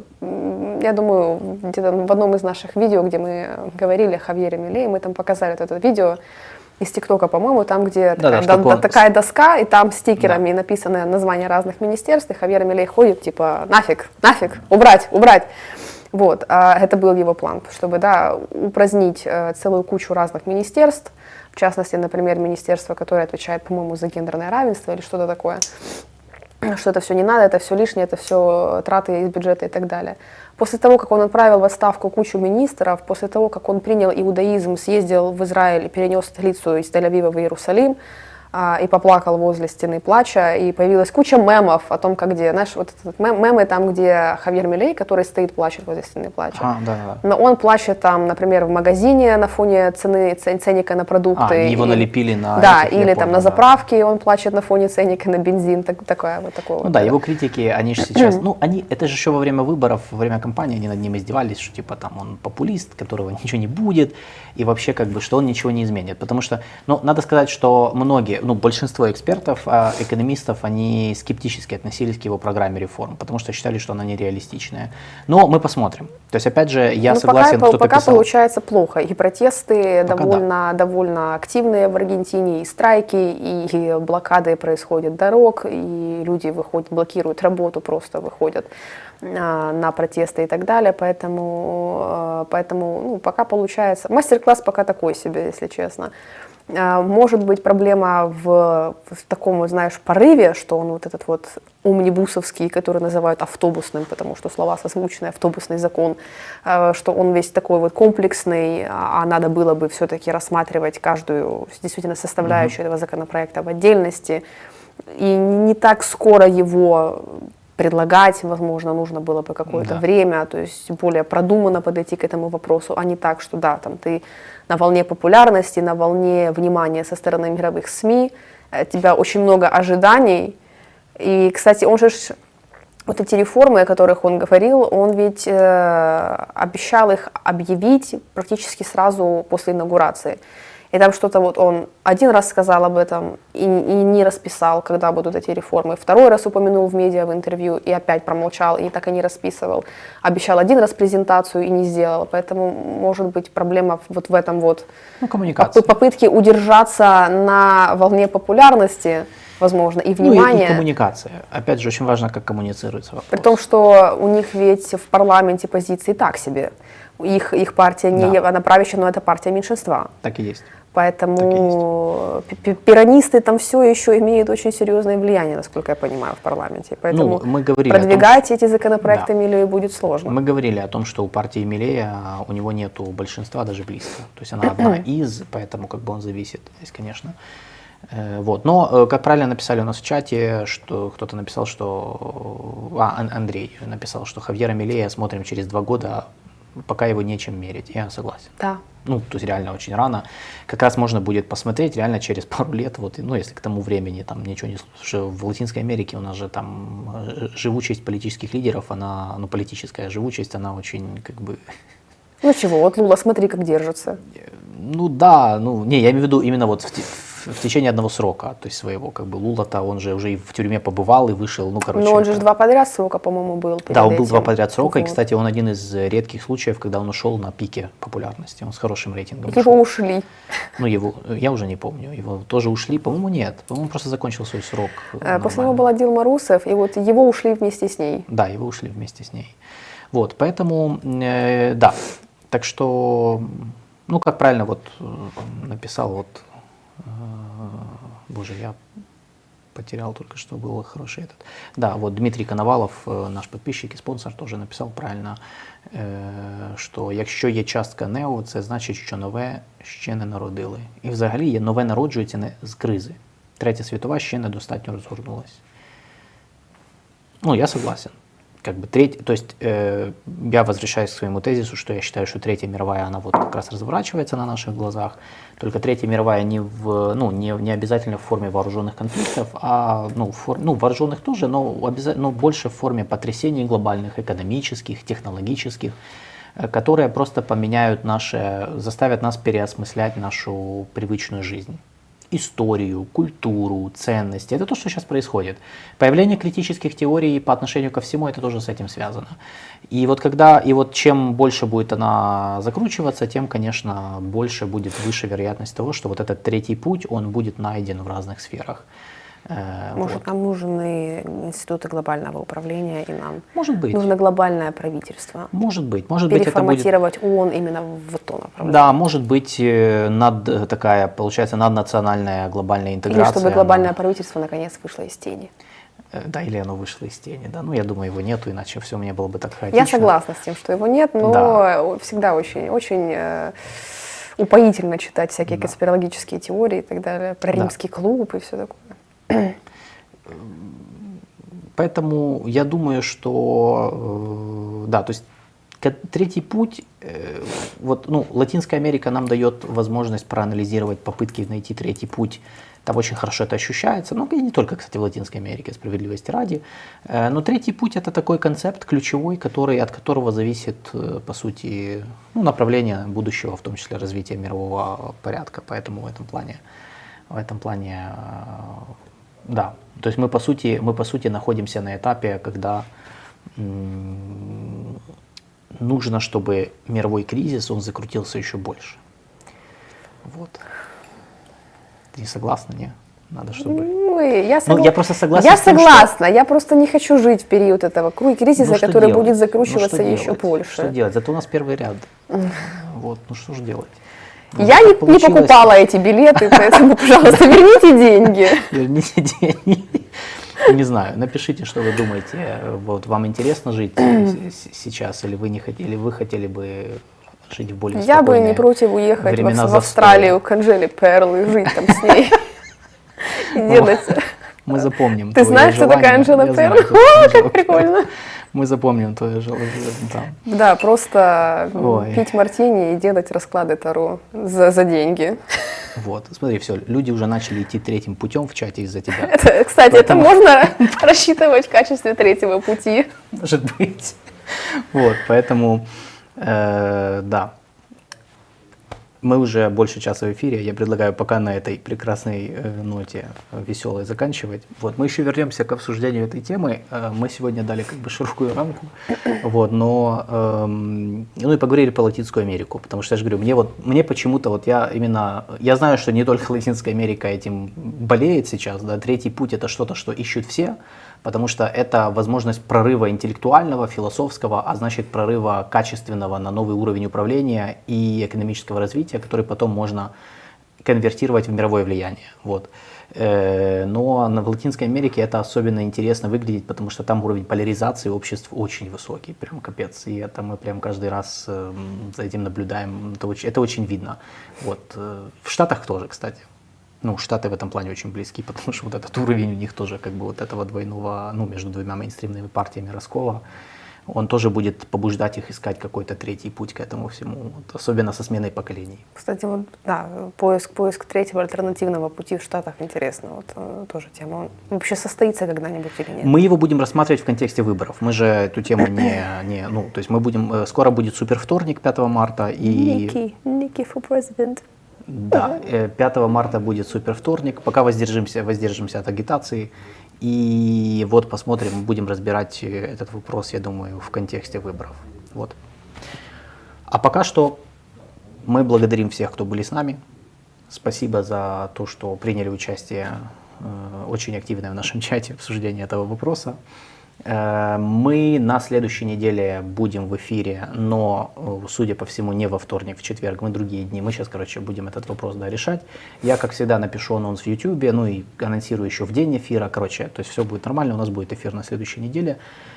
я думаю, где-то в одном из наших видео, где мы говорили о Хавьере Милее, мы там показали это видео из ТикТока, по-моему, там, где такая доска, и там стикерами написано названия разных министерств, и Хавьер Милей ходит, типа, нафиг, убрать. Вот, это был его план, чтобы, да, упразднить целую кучу разных министерств, в частности, например, министерство, которое отвечает, по-моему, за гендерное равенство или что-то такое, что это все не надо, это все лишнее, это все траты из бюджета и так далее. После того, как он отправил в отставку кучу министров, после того, как он принял иудаизм, съездил в Израиль и перенес столицу из Тель-Авива в Иерусалим, и поплакал возле стены плача, и появилась куча мемов о том, как где, знаешь, вот этот мемы там, где Хавьер Милей, который стоит, плачет возле стены плача. Но он плачет там, например, в магазине на фоне ценника на продукты.
Его налепили на...
Да, или там на заправке он плачет на фоне ценника на бензин, такое вот.
Ну да, его критики, они же сейчас, это же еще во время выборов, во время кампании они над ним издевались, что типа там он популист, которого ничего не будет, и вообще как бы, что он ничего не изменит. Потому что, надо сказать, что многие, большинство экспертов, экономистов, они скептически относились к его программе реформ, потому что считали, что она нереалистичная. Но мы посмотрим. То есть, опять же, я согласен, кто-то
пока
писал...
получается плохо. И протесты
пока
довольно активные в Аргентине, и страйки, и блокады происходят дорог, и люди выходят, блокируют работу, просто выходят на протесты и так далее. Поэтому пока получается... Мастер-класс пока такой себе, если честно. Может быть проблема в таком, знаешь, порыве, что он вот этот вот омнибусовский, который называют автобусным, потому что слова созвучные, автобусный закон, что он весь такой вот комплексный, а надо было бы все-таки рассматривать каждую действительно составляющую этого законопроекта в отдельности. И не так скоро его предлагать, возможно, нужно было бы какое-то время, то есть более продуманно подойти к этому вопросу, а не так, что да, там ты на волне популярности, на волне внимания со стороны мировых СМИ, у тебя очень много ожиданий. И, кстати, он же, вот эти реформы, о которых он говорил, он ведь обещал их объявить практически сразу после инаугурации. И там что-то вот он один раз сказал об этом и не расписал, когда будут эти реформы. Второй раз упомянул в медиа, в интервью, и опять промолчал, и так и не расписывал. Обещал один раз презентацию и не сделал. Поэтому может быть проблема вот в этом вот.
Коммуникация.
Попытки удержаться на волне популярности, возможно, и внимания.
И коммуникация. Опять же, очень важно, как коммуницируется вопрос.
При том, что у них ведь в парламенте позиции так себе. Их партия не она правящая, но это партия меньшинства.
Так и есть.
Поэтому пиранисты там все еще имеют очень серьезное влияние, насколько я понимаю, в парламенте. Поэтому
мы говорили
продвигать эти законопроекты Милею будет сложно.
Мы говорили о том, что у партии Милея у него нету большинства даже близко. То есть она одна из, поэтому как бы он зависит здесь, конечно. Вот. Но, как правильно написали у нас в чате, что кто-то написал, что... Андрей написал, что Хавьера Милея смотрим через 2 года, пока его нечем мерить. Я согласен.
Да.
То есть реально очень рано. Как раз можно будет посмотреть реально через пару лет, вот, если к тому времени там ничего не случится. В Латинской Америке у нас же там живучесть политических лидеров, она, политическая живучесть, она очень как бы...
Ну чего, вот Лула, смотри, как держится.
Я имею в виду именно вот в в течение одного срока, то есть своего, как бы Лула-то, он же уже и в тюрьме побывал, и вышел, ну, короче.
Но он же 2 подряд срока, по-моему, был.
Да, он был 2 подряд срока,
вот.
и, кстати, он один из редких случаев, когда он ушел на пике популярности, он с хорошим рейтингом
Его
ушел.
ушли.
Ну, я уже не помню, его тоже ушли, по-моему, нет, по-моему, просто закончил свой срок.
После него была Дилма Русеф, и вот его ушли вместе с ней.
Да, его ушли вместе с ней. Вот, поэтому, да, так что, ну, как правильно вот написал, вот, боже, я потерял только что, был хороший этот. Да, вот Дмитрий Коновалов, наш подписчик и спонсор, тоже написал правильно, що якщо є частка нео, це значить, що нове ще не народили. І взагалі нове народжується не з кризи. Третя світова ще недостатньо розгорнулась. Ну, я согласен. Как бы то есть я возвращаюсь к своему тезису, что я считаю, что Третья мировая, она вот как раз разворачивается на наших глазах. Только Третья мировая не обязательно в форме вооруженных конфликтов, а вооруженных тоже, но больше в форме потрясений глобальных, экономических, технологических, которые просто заставят нас переосмыслять нашу привычную жизнь. Историю, культуру, ценности. Это то, что сейчас происходит. Появление критических теорий по отношению ко всему, это тоже с этим связано. И вот чем больше будет она закручиваться, тем, конечно, больше будет выше вероятность того, что вот этот третий путь, он будет найден в разных сферах.
Может,
вот.
нам нужны институты глобального управления, и нам
нужно
глобальное правительство.
Может быть
переформатировать это будет... ООН именно в то направление.
Да, может быть, получается, наднациональная глобальная интеграция.
Или чтобы глобальное правительство наконец вышло из тени.
Да, или оно вышло из тени, да. Ну, я думаю, его нету, иначе все мне было бы так хаотично.
Я согласна с тем, что его нет, но да. Всегда очень упоительно читать всякие конспирологические теории и так далее, про римский клуб и все такое.
Поэтому я думаю, что да, то есть третий путь, Латинская Америка нам дает возможность проанализировать попытки найти третий путь. Там очень хорошо это ощущается, и не только, кстати, в Латинской Америке, справедливости ради. Но третий путь — это такой концепт ключевой, от которого зависит, по сути, направление будущего, в том числе развития мирового порядка. Поэтому в этом плане, да. То есть мы по сути находимся на этапе, когда нужно, чтобы мировой кризис, он закрутился еще больше. Вот. Ты не согласна, не? Надо, чтобы...
Я просто согласна. Я согласна. Я просто не хочу жить в период этого кризиса, который будет закручиваться еще больше.
Что делать? Зато у нас первый ряд. Вот, что же делать?
Я не покупала эти билеты, поэтому, пожалуйста, верните деньги.
Верните деньги. Не знаю, напишите, что вы думаете. Вот вам интересно жить сейчас, или вы хотели бы жить в более спокойные
времена? Я бы не против уехать в Австралию к Анжеле Перл и жить там с ней.
Мы запомним.
Ты знаешь, кто такая Анжела Перл? О, как прикольно.
Мы запомним твое желание.
Да, просто пить мартини и делать расклады Таро за деньги.
Вот, смотри, все, люди уже начали идти третьим путем в чате из-за тебя.
Кстати, это можно рассчитывать в качестве третьего пути.
Может быть. Вот, поэтому, да. Мы уже больше часа в эфире. Я предлагаю пока на этой прекрасной ноте веселой заканчивать. Вот, мы еще вернемся к обсуждению этой темы. Мы сегодня дали как бы широкую рамку. Вот, и поговорили по Латинскую Америку. Потому что я же говорю, мне почему-то я знаю, что не только Латинская Америка этим болеет сейчас. Да, третий путь — это что-то, что ищут все. Потому что это возможность прорыва интеллектуального, философского, а значит прорыва качественного на новый уровень управления и экономического развития, который потом можно конвертировать в мировое влияние. Вот. Но в Латинской Америке это особенно интересно выглядит, потому что там уровень поляризации обществ очень высокий, прям капец. И это мы прям каждый раз за этим наблюдаем, это очень видно. Вот. В Штатах тоже, кстати. Штаты в этом плане очень близки, потому что вот этот уровень у них тоже как бы вот этого двойного, между двумя мейнстримными партиями раскола, он тоже будет побуждать их искать какой-то третий путь к этому всему, особенно со сменой поколений.
Кстати, поиск третьего альтернативного пути в Штатах интересно, тоже тема. Он вообще состоится когда-нибудь или нет?
Мы его будем рассматривать в контексте выборов. Мы же эту тему то есть скоро будет супервторник 5 марта.
Nikki for president.
Да, 5 марта будет супер вторник. Пока воздержимся от агитации. И вот посмотрим, будем разбирать этот вопрос, я думаю, в контексте выборов. Вот. А пока что мы благодарим всех, кто были с нами. Спасибо за то, что приняли участие очень активно в нашем чате обсуждения этого вопроса. Мы на следующей неделе будем в эфире, но, судя по всему, не во вторник, в четверг, мы другие дни. Мы сейчас, будем этот вопрос решать. Я, как всегда, напишу анонс в YouTube, ну и анонсирую еще в день эфира. То есть все будет нормально, у нас будет эфир на следующей неделе.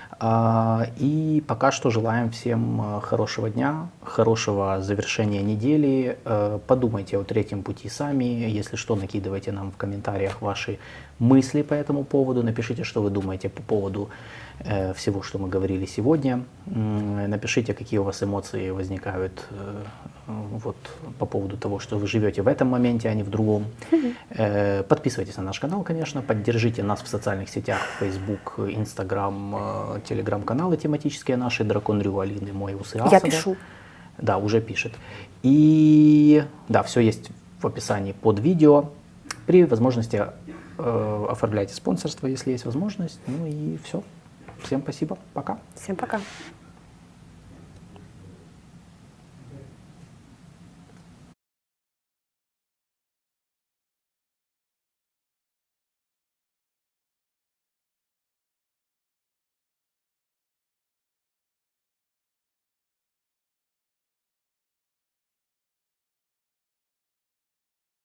И пока что желаем всем хорошего дня, хорошего завершения недели. Подумайте о третьем пути сами. Если что, накидывайте нам в комментариях ваши мысли по этому поводу. Напишите, что вы думаете по поводу всего, что мы говорили сегодня. Напишите, какие у вас эмоции возникают вот, по поводу того, что вы живете в этом моменте, а не в другом. Подписывайтесь на наш канал, конечно. Поддержите нас в социальных сетях: Facebook, Instagram, телеграм-каналы тематические наши, Дракон Рю, Алины, мой, Усы Асада.
Я пишу.
Да, уже пишет. И да, все есть в описании под видео. При возможности оформляйте спонсорство, если есть возможность. Ну и все. Всем спасибо. Пока.
Всем пока.